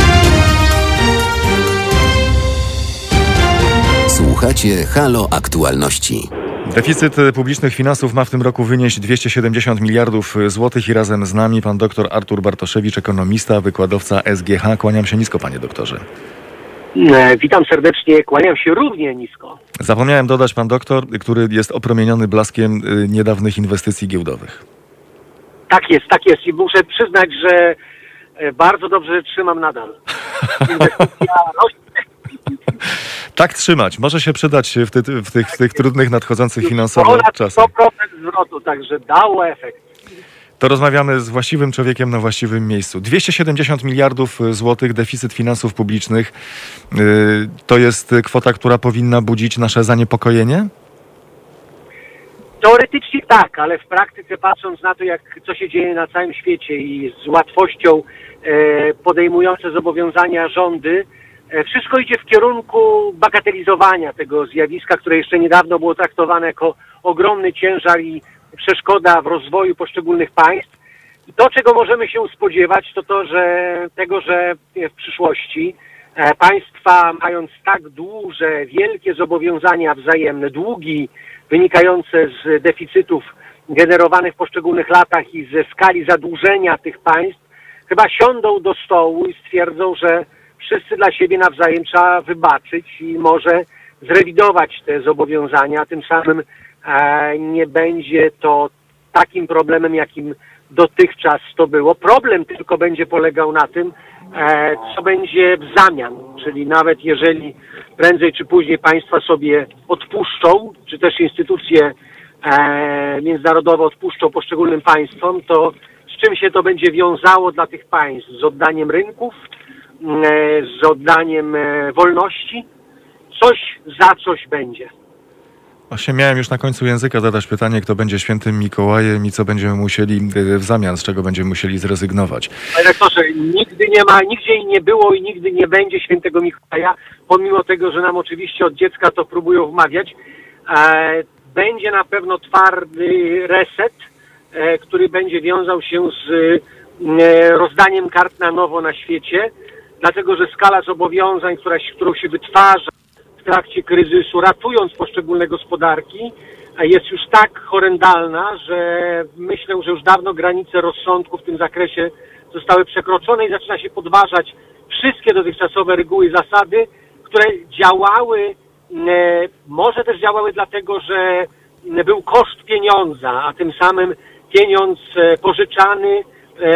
Słuchacie Halo Aktualności.
Deficyt publicznych finansów ma w tym roku wynieść dwieście siedemdziesiąt miliardów złotych i razem z nami pan dr Artur Bartoszewicz, ekonomista, wykładowca S G H. Kłaniam się nisko, panie doktorze.
Witam serdecznie, kłaniam się równie nisko.
Zapomniałem dodać, pan doktor, który jest opromieniony blaskiem niedawnych inwestycji giełdowych.
Tak jest, tak jest i muszę przyznać, że bardzo dobrze trzymam nadal. Inwestycja rośnie.
Tak trzymać. Może się przydać w, ty, w, tych, w tych trudnych, nadchodzących finansowo czasach.
sto procent zwrotu, także dało efekt.
To rozmawiamy z właściwym człowiekiem na właściwym miejscu. dwieście siedemdziesiąt miliardów złotych deficyt finansów publicznych. Yy, to jest kwota, która powinna budzić nasze zaniepokojenie?
Teoretycznie tak, ale w praktyce, patrząc na to, jak co się dzieje na całym świecie i z łatwością e, podejmujące zobowiązania rządy, e, wszystko idzie w kierunku bagatelizowania tego zjawiska, które jeszcze niedawno było traktowane jako ogromny ciężar i przeszkoda w rozwoju poszczególnych państw. I to, czego możemy się spodziewać, to to, że tego, że w przyszłości państwa, mając tak duże, wielkie zobowiązania wzajemne, długi wynikające z deficytów generowanych w poszczególnych latach i ze skali zadłużenia tych państw, chyba siądą do stołu i stwierdzą, że wszyscy dla siebie nawzajem trzeba wybaczyć i może zrewidować te zobowiązania, a tym samym e, nie będzie to takim problemem, jakim dotychczas to było. Problem tylko będzie polegał na tym, e, co będzie w zamian, czyli nawet jeżeli prędzej czy później państwa sobie odpuszczą, czy też instytucje e, międzynarodowe odpuszczą poszczególnym państwom, to z czym się to będzie wiązało dla tych państw? Z oddaniem rynków, e, z oddaniem e, wolności? Coś za coś będzie.
Właśnie miałem już na końcu języka zadać pytanie, kto będzie świętym Mikołajem i co będziemy musieli w zamian, z czego będziemy musieli zrezygnować.
Panie rektorze, nigdy nie ma, nigdzie nie było i nigdy nie będzie świętego Mikołaja, pomimo tego, że nam oczywiście od dziecka to próbują wmawiać. E, będzie na pewno twardy reset, e, który będzie wiązał się z e, rozdaniem kart na nowo na świecie, dlatego że skala zobowiązań, która, którą się wytwarza w trakcie kryzysu, ratując poszczególne gospodarki, jest już tak horrendalna, że myślę, że już dawno granice rozsądku w tym zakresie zostały przekroczone i zaczyna się podważać wszystkie dotychczasowe reguły i zasady, które działały, może też działały dlatego, że był koszt pieniądza, a tym samym pieniądz pożyczany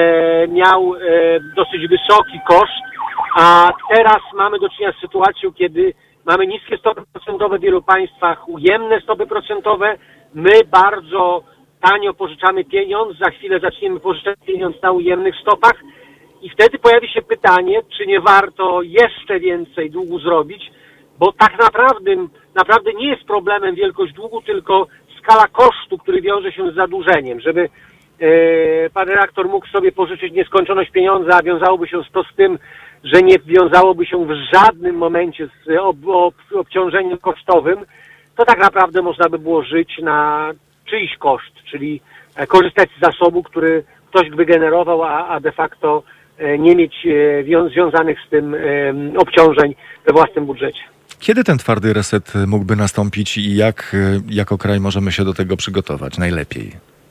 miał dosyć wysoki koszt, a teraz mamy do czynienia z sytuacją, kiedy mamy niskie stopy procentowe w wielu państwach, ujemne stopy procentowe. My bardzo tanio pożyczamy pieniądz, za chwilę zaczniemy pożyczać pieniądz na ujemnych stopach i wtedy pojawi się pytanie, czy nie warto jeszcze więcej długu zrobić, bo tak naprawdę, naprawdę nie jest problemem wielkość długu, tylko skala kosztu, który wiąże się z zadłużeniem. Żeby e, pan redaktor mógł sobie pożyczyć nieskończoność pieniądza, a wiązałoby się to z tym, że nie wiązałoby się w żadnym momencie z ob, ob, obciążeniem kosztowym, to tak naprawdę można by było żyć na czyjś koszt, czyli korzystać z zasobu, który ktoś wygenerował, a, a de facto nie mieć wią, związanych z tym obciążeń we własnym budżecie.
Kiedy ten twardy reset mógłby nastąpić i jak jako kraj możemy się do tego przygotować najlepiej?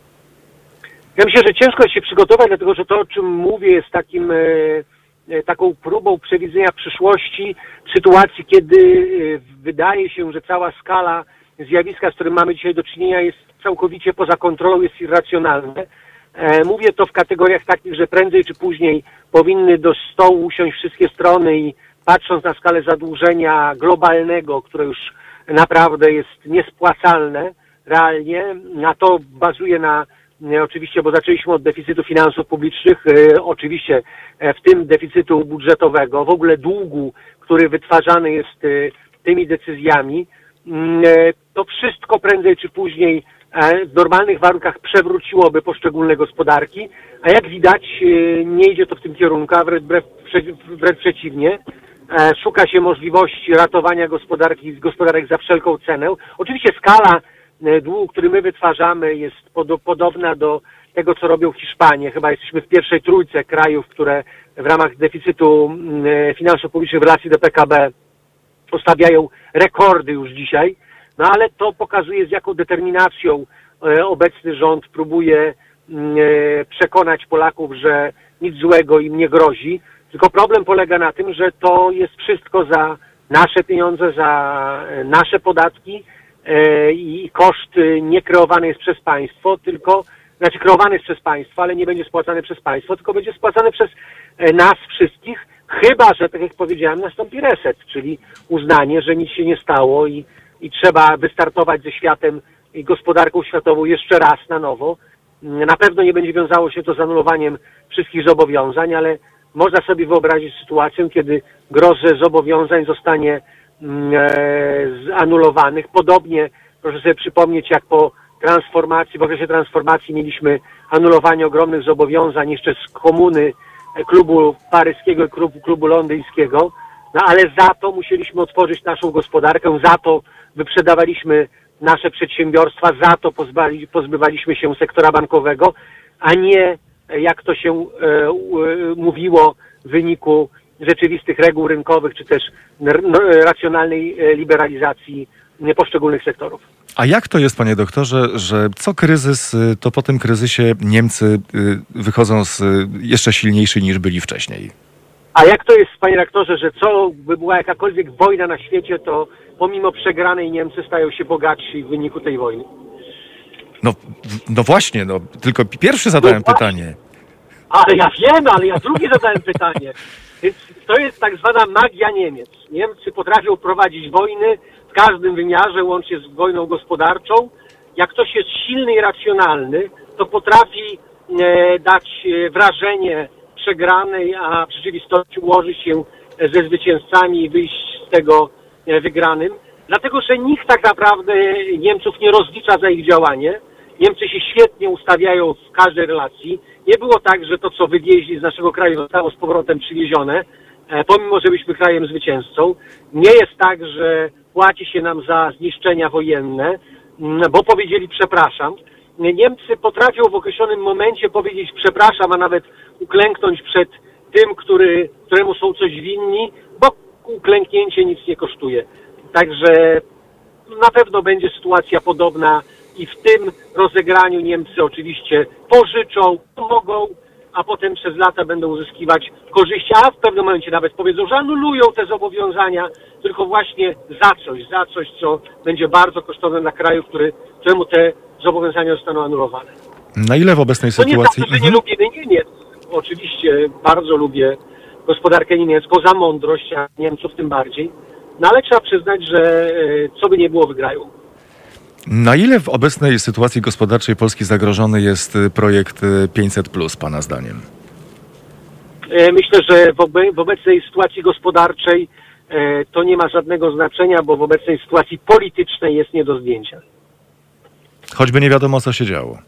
Ja myślę, że ciężko jest się przygotować, dlatego że to, o czym mówię, jest takim taką próbą przewidzenia przyszłości, sytuacji, kiedy wydaje się, że cała skala zjawiska, z którym mamy dzisiaj do czynienia, jest całkowicie poza kontrolą, jest irracjonalne. Mówię to w kategoriach takich, że prędzej czy później powinny do stołu usiąść wszystkie strony i patrząc na skalę zadłużenia globalnego, które już naprawdę jest niespłacalne realnie, a to bazuje na oczywiście, bo zaczęliśmy od deficytu finansów publicznych, oczywiście w tym deficytu budżetowego, w ogóle długu, który wytwarzany jest tymi decyzjami, to wszystko prędzej czy później w normalnych warunkach przewróciłoby poszczególne gospodarki, a jak widać nie idzie to w tym kierunku, a wręcz, wręcz przeciwnie. Szuka się możliwości ratowania gospodarki, gospodarek za wszelką cenę. Oczywiście skala długu, który my wytwarzamy, jest pod, podobna do tego, co robią Hiszpanie. Chyba jesteśmy w pierwszej trójce krajów, które w ramach deficytu finansów publicznych w relacji do P K B postawiają rekordy już dzisiaj. No ale to pokazuje, z jaką determinacją obecny rząd próbuje przekonać Polaków, że nic złego im nie grozi. Tylko problem polega na tym, że to jest wszystko za nasze pieniądze, za nasze podatki, i koszt nie kreowany jest przez państwo, tylko, znaczy kreowany jest przez państwo, ale nie będzie spłacany przez państwo, tylko będzie spłacany przez nas wszystkich, chyba że, tak jak powiedziałem, nastąpi reset, czyli uznanie, że nic się nie stało i, i trzeba wystartować ze światem i gospodarką światową jeszcze raz na nowo. Na pewno nie będzie wiązało się to z anulowaniem wszystkich zobowiązań, ale można sobie wyobrazić sytuację, kiedy gros zobowiązań zostanie zanulowanych. Podobnie proszę sobie przypomnieć, jak po transformacji, w okresie transformacji mieliśmy anulowanie ogromnych zobowiązań jeszcze z komuny klubu paryskiego i klubu, klubu londyńskiego, no ale za to musieliśmy otworzyć naszą gospodarkę, za to wyprzedawaliśmy nasze przedsiębiorstwa, za to pozbali, pozbywaliśmy się sektora bankowego, a nie, jak to się e, e, mówiło, w wyniku rzeczywistych reguł rynkowych, czy też racjonalnej liberalizacji poszczególnych sektorów.
A jak to jest, panie doktorze, że co kryzys, to po tym kryzysie Niemcy wychodzą z jeszcze silniejsi niż byli wcześniej?
A jak to jest, panie rektorze, że co by była jakakolwiek wojna na świecie, to pomimo przegranej Niemcy stają się bogatsi w wyniku tej wojny?
No, no właśnie, no tylko pierwszy zadałem
no
pytanie.
Ale ja wiem, ale ja drugie zadałem pytanie. Więc to jest tak zwana magia Niemiec. Niemcy potrafią prowadzić wojny w każdym wymiarze, łącznie z wojną gospodarczą. Jak ktoś jest silny i racjonalny, to potrafi e, dać wrażenie przegranej, a w rzeczywistości ułożyć się ze zwycięzcami i wyjść z tego e, wygranym. Dlatego, że nikt tak naprawdę Niemców nie rozlicza za ich działanie. Niemcy się świetnie ustawiają w każdej relacji. Nie było tak, że to, co wywieźli z naszego kraju, zostało z powrotem przywiezione, e, pomimo, że byliśmy krajem zwycięzcą. Nie jest tak, że płaci się nam za zniszczenia wojenne, m, bo powiedzieli przepraszam. Niemcy potrafią w określonym momencie powiedzieć przepraszam, a nawet uklęknąć przed tym, który, któremu są coś winni, bo uklęknięcie nic nie kosztuje. Także na pewno będzie sytuacja podobna i w tym rozegraniu Niemcy oczywiście pożyczą, pomogą, a potem przez lata będą uzyskiwać korzyści, a w pewnym momencie nawet powiedzą, że anulują te zobowiązania, tylko właśnie za coś, za coś, co będzie bardzo kosztowne dla kraju, który, któremu te zobowiązania zostaną anulowane.
Na ile w obecnej
to
sytuacji...
To nie znaczy, że nie lubimy Niemiec. Oczywiście bardzo lubię gospodarkę niemiecką za mądrość, a Niemców tym bardziej. No ale trzeba przyznać, że co by nie było, wygrają.
Na ile w obecnej sytuacji gospodarczej Polski zagrożony jest projekt pięćset plus, pana zdaniem?
Myślę, że w, obe- w obecnej sytuacji gospodarczej e, to nie ma żadnego znaczenia, bo w obecnej sytuacji politycznej jest nie do zdjęcia.
Choćby nie wiadomo, co się działo.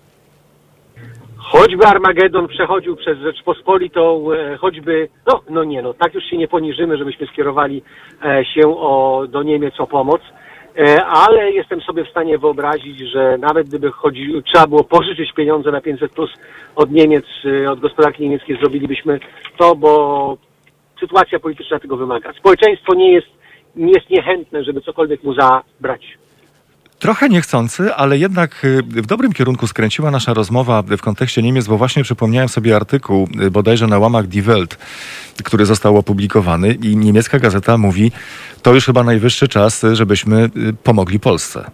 Choćby Armagedon przechodził przez Rzeczpospolitą, e, choćby, no, no nie, no tak już się nie poniżymy, żebyśmy skierowali e, się o, do Niemiec o pomoc. Ale jestem sobie w stanie wyobrazić, że nawet gdyby chodzi, trzeba było pożyczyć pieniądze na pięćset plus od Niemiec, od gospodarki niemieckiej, zrobilibyśmy to, bo sytuacja polityczna tego wymaga. Społeczeństwo nie jest, nie jest niechętne, żeby cokolwiek mu zabrać.
Trochę niechcący, ale jednak w dobrym kierunku skręciła nasza rozmowa w kontekście Niemiec, bo właśnie przypomniałem sobie artykuł bodajże na łamach Die Welt, który został opublikowany i niemiecka gazeta mówi, to już chyba najwyższy czas, żebyśmy pomogli Polsce.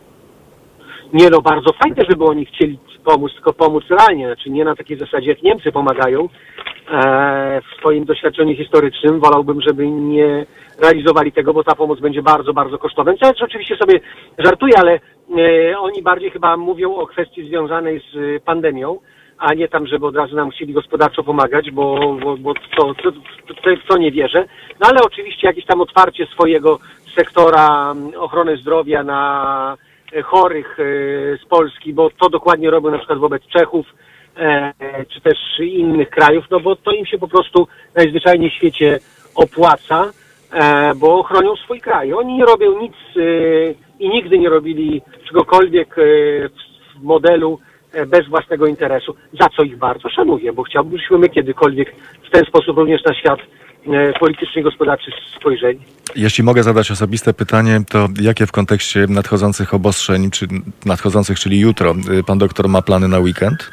Nie no, bardzo fajnie, żeby oni chcieli pomóc, tylko pomóc realnie, znaczy nie na takiej zasadzie, jak Niemcy pomagają e, w swoim doświadczeniu historycznym. Wolałbym, żeby nie realizowali tego, bo ta pomoc będzie bardzo, bardzo kosztowna. Ja oczywiście sobie żartuję, ale e, oni bardziej chyba mówią o kwestii związanej z pandemią, a nie tam, żeby od razu nam chcieli gospodarczo pomagać, bo, bo, bo to, to, to, to nie wierzę. No ale oczywiście jakieś tam otwarcie swojego sektora ochrony zdrowia na chorych z Polski, bo to dokładnie robią na przykład wobec Czechów, czy też innych krajów, no bo to im się po prostu najzwyczajniej w świecie opłaca, bo chronią swój kraj. Oni nie robią nic i nigdy nie robili czegokolwiek w modelu bez własnego interesu, za co ich bardzo szanuję, bo chciałbym, żebyśmy my kiedykolwiek w ten sposób również na świat polityczny i gospodarczy spojrzeli.
Jeśli mogę zadać osobiste pytanie, to jakie w kontekście nadchodzących obostrzeń, czy nadchodzących, czyli jutro, pan doktor ma plany na weekend?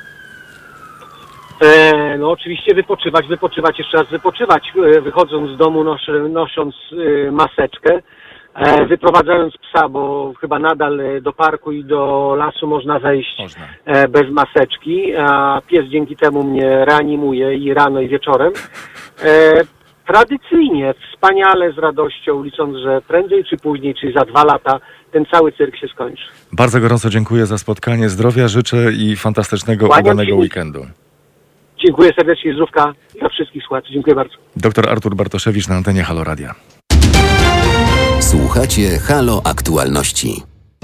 E, no oczywiście wypoczywać, wypoczywać, jeszcze raz wypoczywać, e, wychodząc z domu nos, nosząc e, maseczkę, e, wyprowadzając psa, bo chyba nadal do parku i do lasu można wejść można. E, bez maseczki, a pies dzięki temu mnie reanimuje i rano i wieczorem. E, Tradycyjnie, wspaniale, z radością, licząc, że prędzej czy później, czyli za dwa lata, ten cały cyrk się skończy.
Bardzo gorąco dziękuję za spotkanie. Zdrowia życzę i fantastycznego,
Kłaniam
udanego
się.
weekendu.
Dziękuję serdecznie, zdrówka dla wszystkich słuchaczy. Dziękuję bardzo.
Doktor Artur Bartoszewicz na antenie Halo Radia.
Słuchacie Halo Aktualności.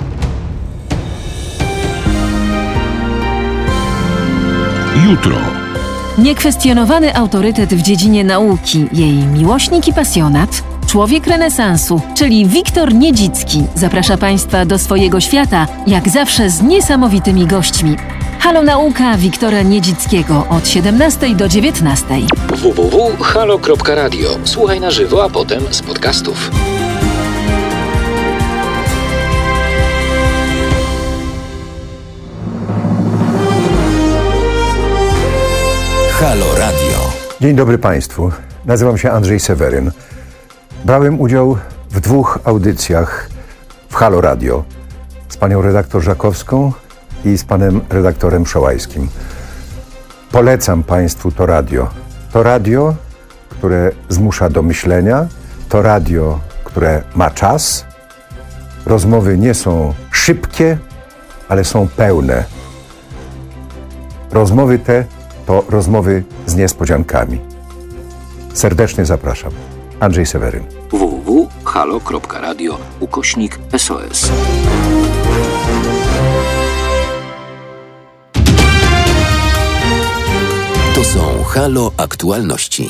Jutro.
Niekwestionowany autorytet w dziedzinie nauki, jej miłośnik i pasjonat, człowiek renesansu, czyli Wiktor Niedzicki, zaprasza Państwa do swojego świata, jak zawsze z niesamowitymi gośćmi. Halo Nauka Wiktora Niedzickiego od siedemnastej do dziewiętnastej.
w w w kropka halo kropka radio. Słuchaj na żywo, a potem z podcastów.
Halo Radio.
Dzień dobry Państwu. Nazywam się Andrzej Seweryn. Brałem udział w dwóch audycjach w Halo Radio z panią redaktor Żakowską i z panem redaktorem Szołajskim. Polecam Państwu to radio. To radio, które zmusza do myślenia, to radio, które ma czas. Rozmowy nie są szybkie, ale są pełne. Rozmowy te to rozmowy z niespodziankami. Serdecznie zapraszam. Andrzej Seweryn.
w w w kropka halo kropka radio ukośnik S O S. To są Halo Aktualności.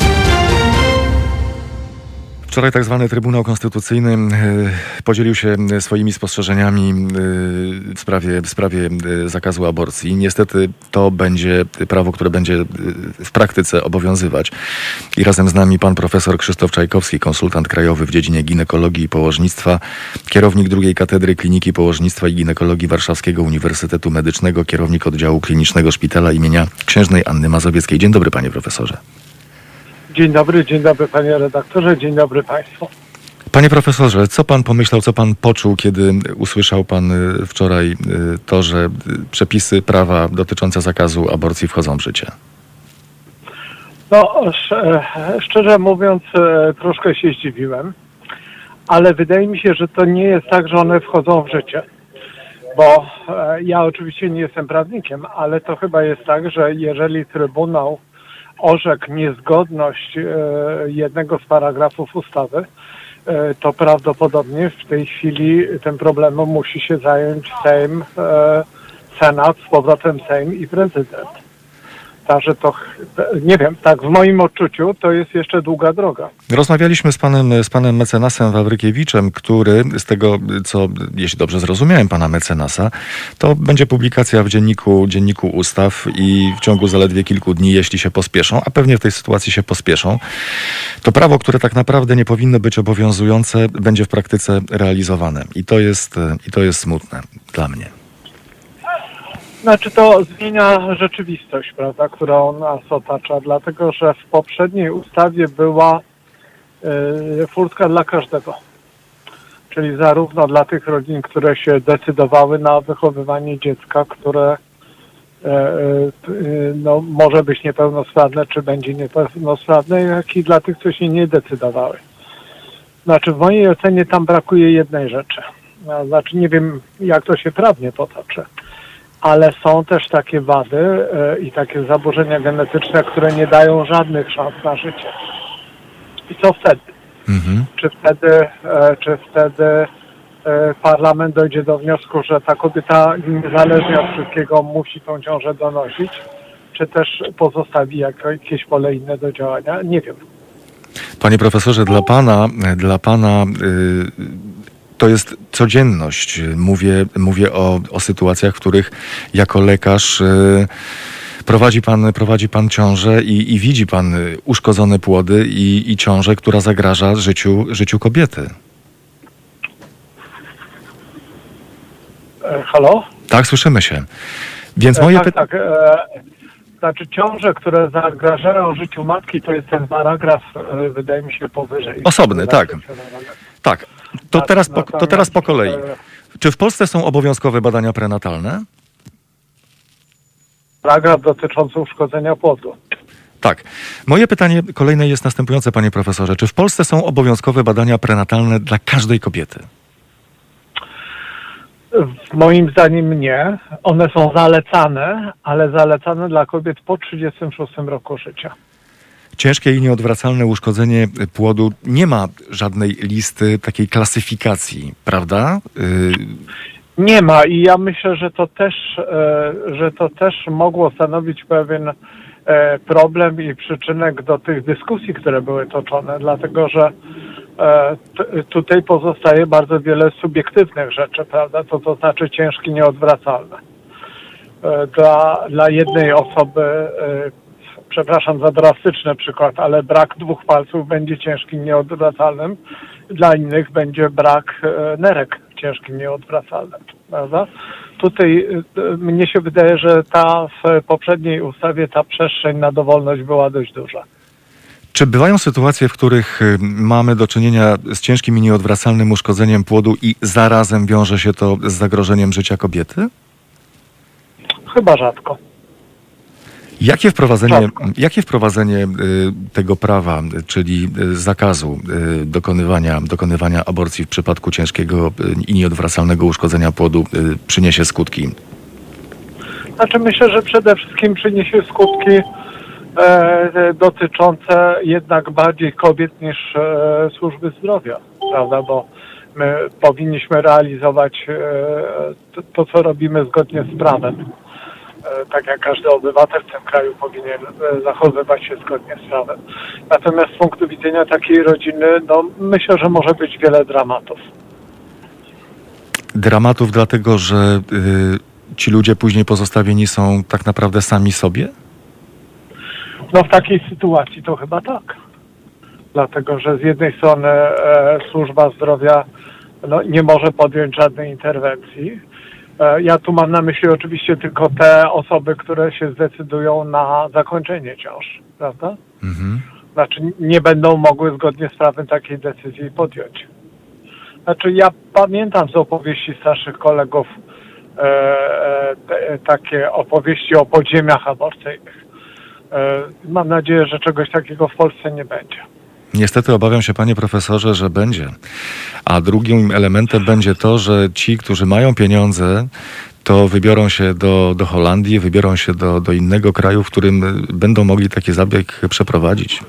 Wczoraj tak zwany Trybunał Konstytucyjny y, podzielił się swoimi spostrzeżeniami y, w sprawie, w sprawie y, zakazu aborcji. Niestety to będzie prawo, które będzie y, w praktyce obowiązywać. I razem z nami pan profesor Krzysztof Czajkowski, konsultant krajowy w dziedzinie ginekologii i położnictwa, kierownik drugiej katedry Kliniki Położnictwa i Ginekologii Warszawskiego Uniwersytetu Medycznego, kierownik oddziału klinicznego Szpitala imienia Księżnej Anny Mazowieckiej. Dzień dobry, panie profesorze.
Dzień dobry, dzień dobry panie redaktorze, dzień dobry państwu.
Panie profesorze, co pan pomyślał, co pan poczuł, kiedy usłyszał pan wczoraj to, że przepisy prawa dotyczące zakazu aborcji wchodzą w życie?
No, szczerze mówiąc, troszkę się zdziwiłem, ale wydaje mi się, że to nie jest tak, że one wchodzą w życie. Bo ja oczywiście nie jestem prawnikiem, ale to chyba jest tak, że jeżeli Trybunał orzekł niezgodność e, jednego z paragrafów ustawy, e, to prawdopodobnie w tej chwili tym problemem musi się zająć Sejm, e, Senat, z powrotem Sejm i prezydent. Także to, nie wiem, tak w moim odczuciu to jest jeszcze długa droga.
Rozmawialiśmy z panem, z panem mecenasem Wawrykiewiczem, który z tego, co, jeśli dobrze zrozumiałem pana mecenasa, to będzie publikacja w dzienniku, dzienniku ustaw i w ciągu zaledwie kilku dni, jeśli się pospieszą, a pewnie w tej sytuacji się pospieszą, to prawo, które tak naprawdę nie powinno być obowiązujące, będzie w praktyce realizowane. I to jest, i to jest smutne dla mnie.
Znaczy to zmienia rzeczywistość, prawda, którą nas otacza, dlatego że w poprzedniej ustawie była y, furtka dla każdego. Czyli zarówno dla tych rodzin, które się decydowały na wychowywanie dziecka, które y, y, no, może być niepełnosprawne, czy będzie niepełnosprawne, jak i dla tych, co się nie decydowały. Znaczy w mojej ocenie tam brakuje jednej rzeczy. Znaczy nie wiem, jak to się prawnie potoczy. Ale są też takie wady e, i takie zaburzenia genetyczne, które nie dają żadnych szans na życie. I co wtedy? Mhm. Czy wtedy, e, czy wtedy e, parlament dojdzie do wniosku, że ta kobieta niezależnie od wszystkiego musi tą ciążę donosić, czy też pozostawi jakieś pole inne do działania? Nie wiem.
Panie profesorze, dla pana, dla pana yy... to jest codzienność. Mówię, mówię o, o sytuacjach, w których jako lekarz y, prowadzi pan, prowadzi pan ciążę i, i widzi pan uszkodzone płody i, i ciążę, która zagraża życiu, życiu kobiety.
E, halo?
Tak, słyszymy się. Więc
e,
moje
tak,
pytanie...
tak. E, znaczy ciąże, które zagrażają życiu matki, to jest ten paragraf, e, wydaje mi się, powyżej.
Osobny, tak. Tak. To teraz, po, to teraz po kolei. Czy w Polsce są obowiązkowe badania prenatalne?
Paragraf dotyczący uszkodzenia płodu.
Tak. Moje pytanie kolejne jest następujące, panie profesorze. Czy w Polsce są obowiązkowe badania prenatalne dla każdej kobiety?
Moim zdaniem nie. One są zalecane, ale zalecane dla kobiet po trzydziestym szóstym roku życia.
Ciężkie i nieodwracalne uszkodzenie płodu nie ma żadnej listy, takiej klasyfikacji, prawda? Y-
Nie ma i ja myślę, że to też, e, że to też mogło stanowić pewien e, problem i przyczynek do tych dyskusji, które były toczone, dlatego że T- tutaj pozostaje bardzo wiele subiektywnych rzeczy, prawda? To to znaczy ciężki, nieodwracalny. Dla, dla jednej osoby, przepraszam za drastyczny przykład, ale brak dwóch palców będzie ciężkim, nieodwracalnym. Dla innych będzie brak nerek ciężkim, nieodwracalnym, prawda? Tutaj mnie się wydaje, że ta w poprzedniej ustawie ta przestrzeń na dowolność była dość duża.
Czy bywają sytuacje, w których mamy do czynienia z ciężkim i nieodwracalnym uszkodzeniem płodu i zarazem wiąże się to z zagrożeniem życia kobiety?
Chyba rzadko.
Jakie wprowadzenie, jakie wprowadzenie tego prawa, czyli zakazu dokonywania, dokonywania aborcji w przypadku ciężkiego i nieodwracalnego uszkodzenia płodu przyniesie skutki?
Znaczy myślę, że przede wszystkim przyniesie skutki e, dotyczące jednak bardziej kobiet niż e, służby zdrowia, prawda, bo my powinniśmy realizować e, to, to, co robimy zgodnie z prawem. Tak jak każdy obywatel w tym kraju powinien zachowywać się zgodnie z prawem. Natomiast z punktu widzenia takiej rodziny, no myślę, że może być wiele dramatów.
Dramatów dlatego, że y, ci ludzie później pozostawieni są tak naprawdę sami sobie?
No w takiej sytuacji to chyba tak. Dlatego, że z jednej strony e, służba zdrowia no, nie może podjąć żadnej interwencji. Ja tu mam na myśli oczywiście tylko te osoby, które się zdecydują na zakończenie ciąż, prawda? Mhm. Znaczy nie będą mogły zgodnie z prawem takiej decyzji podjąć. Znaczy ja pamiętam z opowieści starszych kolegów e, e, te, takie opowieści o podziemiach aborcyjnych. E, mam nadzieję, że czegoś takiego w Polsce nie będzie.
Niestety obawiam się, panie profesorze, że będzie. A drugim elementem będzie to, że ci, którzy mają pieniądze, to wybiorą się do, do Holandii, wybiorą się do, do innego kraju, w którym będą mogli taki zabieg przeprowadzić.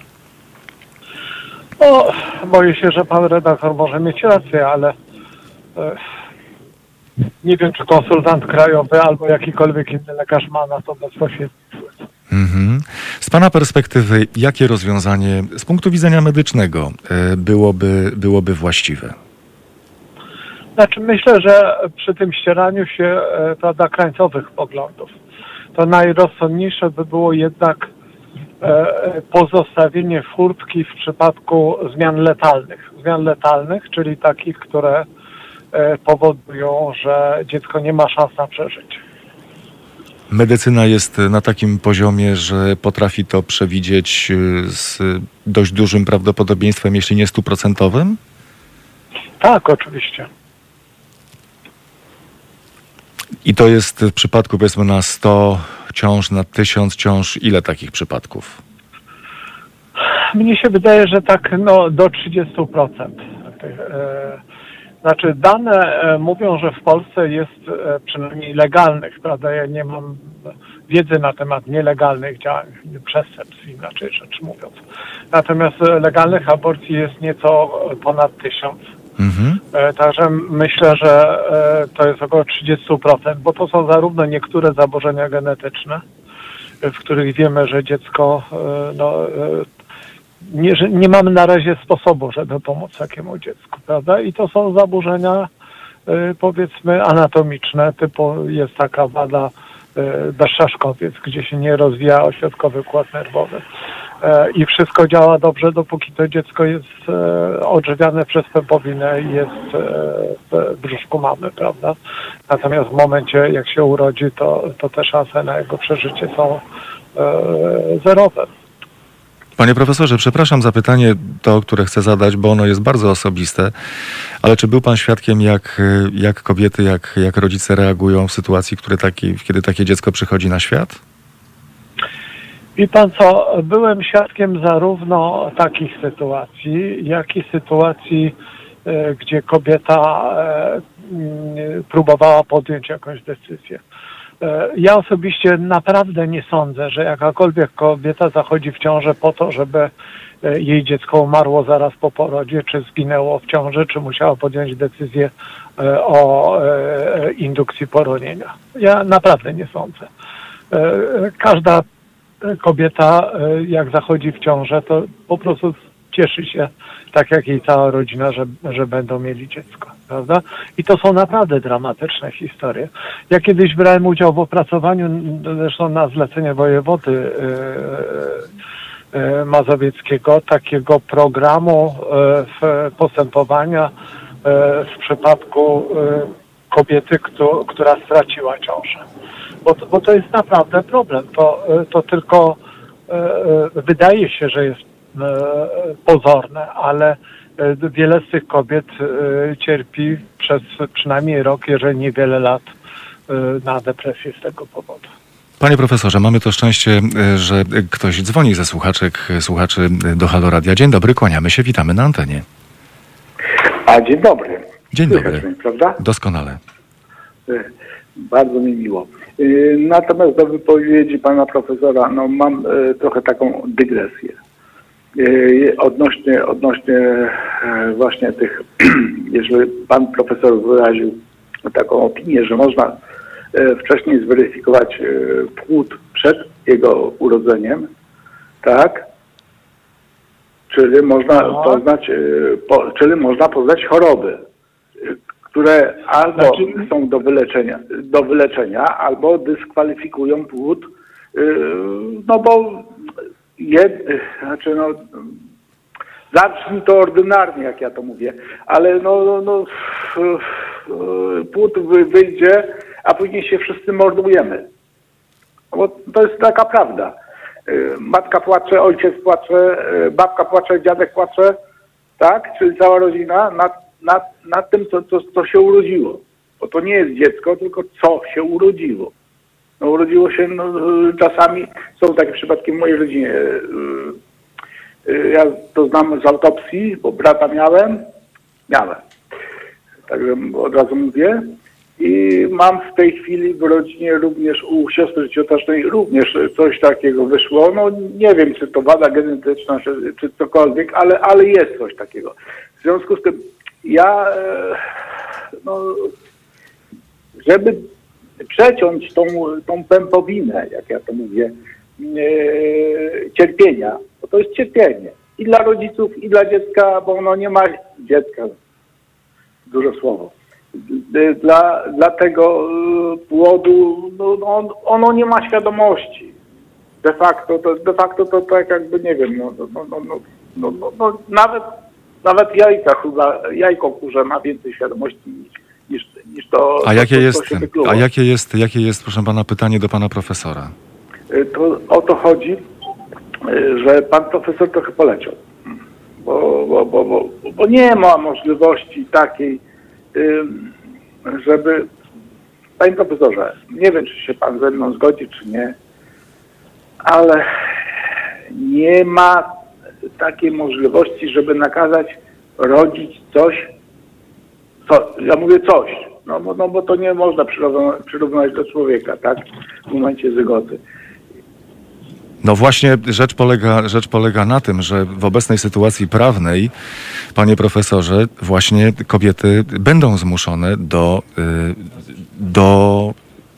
No, boję się, że pan redaktor może mieć rację, ale e, nie wiem, czy konsultant krajowy albo jakikolwiek inny lekarz ma na to bezpośredni wpływ.
Mhm. Z pana perspektywy, jakie rozwiązanie z punktu widzenia medycznego byłoby, byłoby właściwe?
Znaczy myślę, że przy tym ścieraniu się prawda, krańcowych poglądów, to najrozsądniejsze by było jednak e, pozostawienie furtki w przypadku zmian letalnych. Zmian letalnych, czyli takich, które e, powodują, że dziecko nie ma szans na przeżycie.
Medycyna jest na takim poziomie, że potrafi to przewidzieć z dość dużym prawdopodobieństwem, jeśli nie stuprocentowym?
Tak, oczywiście.
I to jest w przypadku, powiedzmy, na sto ciąż, na tysiąc ciąż, ile takich przypadków?
Mnie się wydaje, że tak no, do trzydziestu procent. Znaczy dane mówią, że w Polsce jest przynajmniej legalnych, prawda? Ja nie mam wiedzy na temat nielegalnych działań, przestępstw, inaczej rzecz mówiąc. Natomiast legalnych aborcji jest nieco ponad tysiąc. Mhm. Także myślę, że to jest około trzydzieści procent, bo to są zarówno niektóre zaburzenia genetyczne, w których wiemy, że dziecko no, Nie, że nie mamy na razie sposobu, żeby pomóc takiemu dziecku, prawda? I to są zaburzenia, y, powiedzmy, anatomiczne, typu jest taka wada y, bezszaszkowiec, gdzie się nie rozwija ośrodkowy układ nerwowy. Y, I wszystko działa dobrze, dopóki to dziecko jest y, odżywiane przez pępowinę i jest y, w brzuszku mamy, prawda? Natomiast w momencie, jak się urodzi, to, to te szanse na jego przeżycie są y, zerowe.
Panie profesorze, przepraszam za pytanie to, które chcę zadać, bo ono jest bardzo osobiste, ale czy był pan świadkiem, jak, jak kobiety, jak, jak rodzice reagują w sytuacji, które taki, kiedy takie dziecko przychodzi na świat?
Wie pan co, byłem świadkiem zarówno takich sytuacji, jak i sytuacji, e, gdzie kobieta e, m, próbowała podjąć jakąś decyzję. Ja osobiście naprawdę nie sądzę, że jakakolwiek kobieta zachodzi w ciążę po to, żeby jej dziecko umarło zaraz po porodzie, czy zginęło w ciąży, czy musiała podjąć decyzję o indukcji poronienia. Ja naprawdę nie sądzę. Każda kobieta, jak zachodzi w ciążę, to po prostu cieszy się, tak jak jej cała rodzina, że, że będą mieli dziecko, prawda? I to są naprawdę dramatyczne historie. Ja kiedyś brałem udział w opracowaniu, zresztą na zlecenie wojewody yy, yy, mazowieckiego, takiego programu yy, postępowania yy, w przypadku yy, kobiety, kto, która straciła ciążę. Bo, bo to jest naprawdę problem. To, to tylko yy, wydaje się, że jest pozorne, ale wiele z tych kobiet cierpi przez przynajmniej rok, jeżeli nie wiele lat, na depresję z tego powodu.
Panie profesorze, mamy to szczęście, że ktoś dzwoni ze słuchaczek, słuchaczy do Halo Radia. Dzień dobry, kłaniamy się, witamy na antenie.
A dzień dobry.
Dzień dobry.
Mnie, prawda?
Doskonale.
Bardzo mi miło. Natomiast do wypowiedzi pana profesora, no mam trochę taką dygresję. Odnośnie, odnośnie właśnie tych, jeżeli pan profesor wyraził taką opinię, że można wcześniej zweryfikować płód przed jego urodzeniem, tak? Czyli można
no.
poznać, po, czyli można poznać choroby, które albo znaczy... są do wyleczenia, do wyleczenia, albo dyskwalifikują płód, no bo Jed, znaczy no, zabrzmi to ordynarnie, jak ja to mówię, ale no, no, no płód wyjdzie, a później się wszyscy mordujemy. Bo to jest taka prawda. Matka płacze, ojciec płacze, babka płacze, dziadek płacze, tak? Czyli cała rodzina nad, nad, nad tym, co, co, co się urodziło. Bo to nie jest dziecko, tylko co się urodziło. No, urodziło się, no, czasami są takie przypadki w mojej rodzinie. Ja to znam z autopsji, bo brata miałem, miałem. Także od razu mówię. I mam w tej chwili w rodzinie również u siostry ciotecznej również coś takiego wyszło. No nie wiem, czy to wada genetyczna, czy, czy cokolwiek, ale, ale jest coś takiego. W związku z tym ja, no, żeby przeciąć tą, tą pępowinę, jak ja to mówię, e, cierpienia, bo to jest cierpienie i dla rodziców, i dla dziecka, bo ono nie ma dziecka, duże słowo, dla, dla tego płodu, no, on, ono nie ma świadomości. De facto to, de facto to tak jakby, nie wiem, no, no, no, no, no, no, no nawet, nawet jajka chyba, jajko kurze ma więcej świadomości niż Niż, niż to,
a jakie
to,
jest,
to
a jakie jest, jakie jest, proszę pana, pytanie do pana profesora?
To o to chodzi, że pan profesor trochę poleciał, bo, bo, bo, bo, bo nie ma możliwości takiej, żeby, panie profesorze, nie wiem, czy się pan ze mną zgodzi, czy nie, ale nie ma takiej możliwości, żeby nakazać rodzić coś, Co, ja mówię coś, no bo, no bo to nie można przyrównać, przyrównać do człowieka, tak? W momencie zygody.
No właśnie rzecz polega, rzecz polega na tym, że w obecnej sytuacji prawnej, panie profesorze, właśnie kobiety będą zmuszone do, do,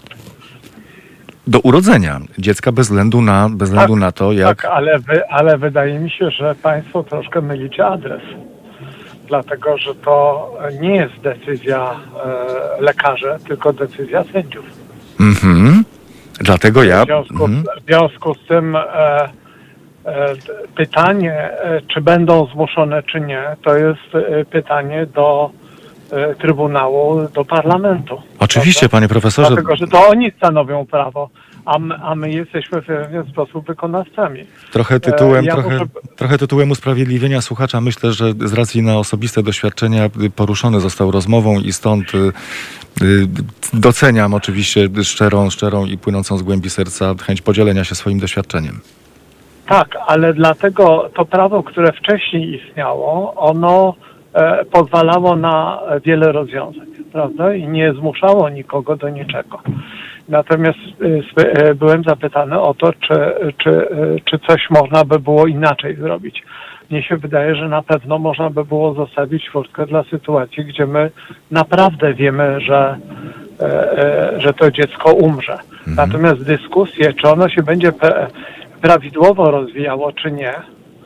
do urodzenia dziecka bez względu na, bez względu
tak,
na to, jak...
Tak, ale, wy, ale wydaje mi się, że państwo troszkę mylicie adres. Dlatego, że to nie jest decyzja e, lekarzy, tylko decyzja sędziów.
Mhm. Dlatego ja...
W związku,
mhm.
w związku z tym e, e, pytanie, e, czy będą zmuszone, czy nie, to jest e, pytanie do e, Trybunału, do Parlamentu.
Oczywiście, prawda? Panie profesorze...
Dlatego, że to oni stanowią prawo, a my, a my jesteśmy w pewien sposób wykonawcami.
Trochę tytułem,
e, ja
trochę,
muszę...
trochę tytułem usprawiedliwienia słuchacza myślę, że z racji na osobiste doświadczenia poruszony został rozmową i stąd y, y, doceniam oczywiście szczerą, szczerą i płynącą z głębi serca chęć podzielenia się swoim doświadczeniem.
Tak, ale dlatego to prawo, które wcześniej istniało, ono e, pozwalało na wiele rozwiązań, prawda? I nie zmuszało nikogo do niczego. Natomiast y, byłem zapytany o to, czy, czy, y, czy coś można by było inaczej zrobić. Mnie się wydaje, że na pewno można by było zostawić furtkę dla sytuacji, gdzie my naprawdę wiemy, że, y, y, że to dziecko umrze. Mhm. Natomiast dyskusje, czy ono się będzie pe- prawidłowo rozwijało, czy nie,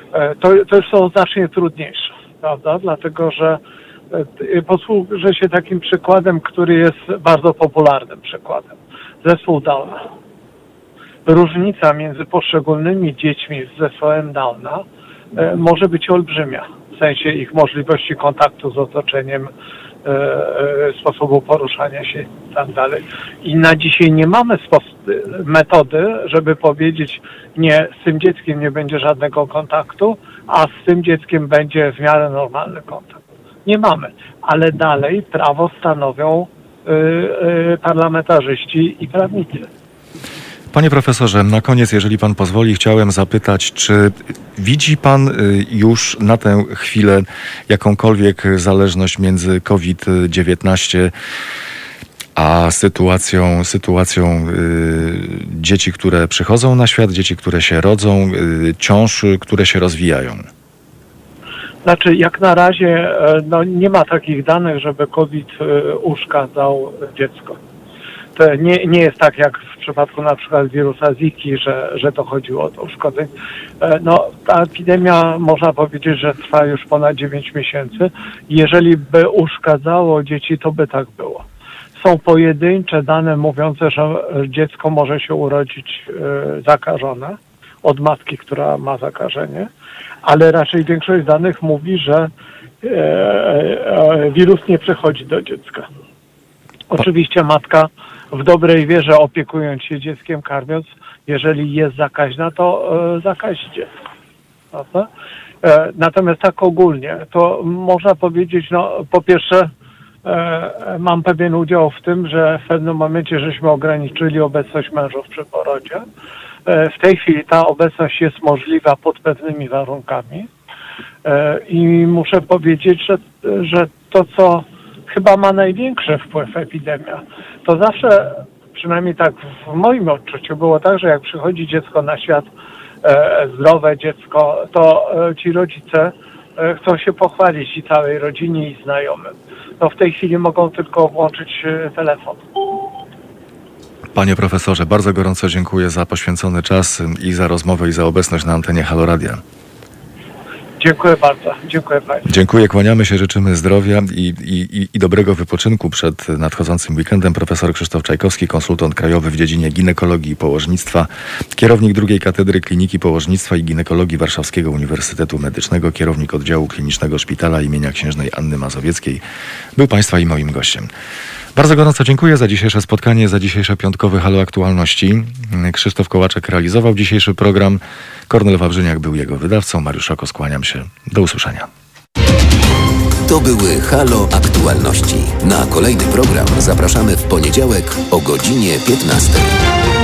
to, to już są znacznie trudniejsze, prawda? Dlatego, że posłużę się takim przykładem, który jest bardzo popularnym przykładem. Zespół Downa. Różnica między poszczególnymi dziećmi z zespołem Downa e, może być olbrzymia. W sensie ich możliwości kontaktu z otoczeniem, e, e, sposobu poruszania się i tak dalej. I na dzisiaj nie mamy metody, żeby powiedzieć, nie, z tym dzieckiem nie będzie żadnego kontaktu, a z tym dzieckiem będzie w miarę normalny kontakt. Nie mamy, ale dalej prawo stanowią y, y, parlamentarzyści i prawnicy.
Panie profesorze, na koniec, jeżeli pan pozwoli, chciałem zapytać, czy widzi pan już na tę chwilę jakąkolwiek zależność między COVID dziewiętnaście a sytuacją, sytuacją y, dzieci, które przychodzą na świat, dzieci, które się rodzą, y, ciąż, które się rozwijają?
Znaczy, jak na razie no, nie ma takich danych, żeby COVID uszkadzał dziecko. To nie, nie jest tak jak w przypadku na przykład wirusa Ziki, że, że to chodziło o to uszkodzenie. No, ta epidemia, można powiedzieć, że trwa już ponad dziewięć miesięcy. Jeżeli by uszkadzało dzieci, to by tak było. Są pojedyncze dane mówiące, że dziecko może się urodzić zakażone od matki, która ma zakażenie, ale raczej większość danych mówi, że wirus nie przechodzi do dziecka. Oczywiście matka w dobrej wierze, opiekując się dzieckiem, karmiąc, jeżeli jest zakaźna, to zakazi dziecko. Prawda? Natomiast tak ogólnie, to można powiedzieć, no po pierwsze mam pewien udział w tym, że w pewnym momencie żeśmy ograniczyli obecność mężów przy porodzie. W tej chwili ta obecność jest możliwa pod pewnymi warunkami i muszę powiedzieć, że, że to, co chyba ma największy wpływ epidemia, to zawsze, przynajmniej tak w moim odczuciu, było tak, że jak przychodzi dziecko na świat, e, zdrowe dziecko, to e, ci rodzice e, chcą się pochwalić i całej rodzinie i znajomym. No w tej chwili mogą tylko włączyć e, telefon.
Panie profesorze, bardzo gorąco dziękuję za poświęcony czas i za rozmowę i za obecność na antenie Halo Radia.
Dziękuję bardzo. Dziękuję Państwu.
Dziękuję, kłaniamy się, życzymy zdrowia i, i, i dobrego wypoczynku przed nadchodzącym weekendem. Profesor Krzysztof Czajkowski, konsultant krajowy w dziedzinie ginekologii i położnictwa, kierownik drugiej katedry Kliniki Położnictwa i Ginekologii Warszawskiego Uniwersytetu Medycznego, kierownik oddziału klinicznego Szpitala imienia Księżnej Anny Mazowieckiej, był Państwa i moim gościem. Bardzo gorąco dziękuję za dzisiejsze spotkanie, za dzisiejsze piątkowe Halo Aktualności. Krzysztof Kołaczek realizował dzisiejszy program. Kornel Wawrzyniak był jego wydawcą. Mariusz Oko, skłaniam się. Do usłyszenia.
To były Halo Aktualności. Na kolejny program zapraszamy w poniedziałek o godzinie piętnastej.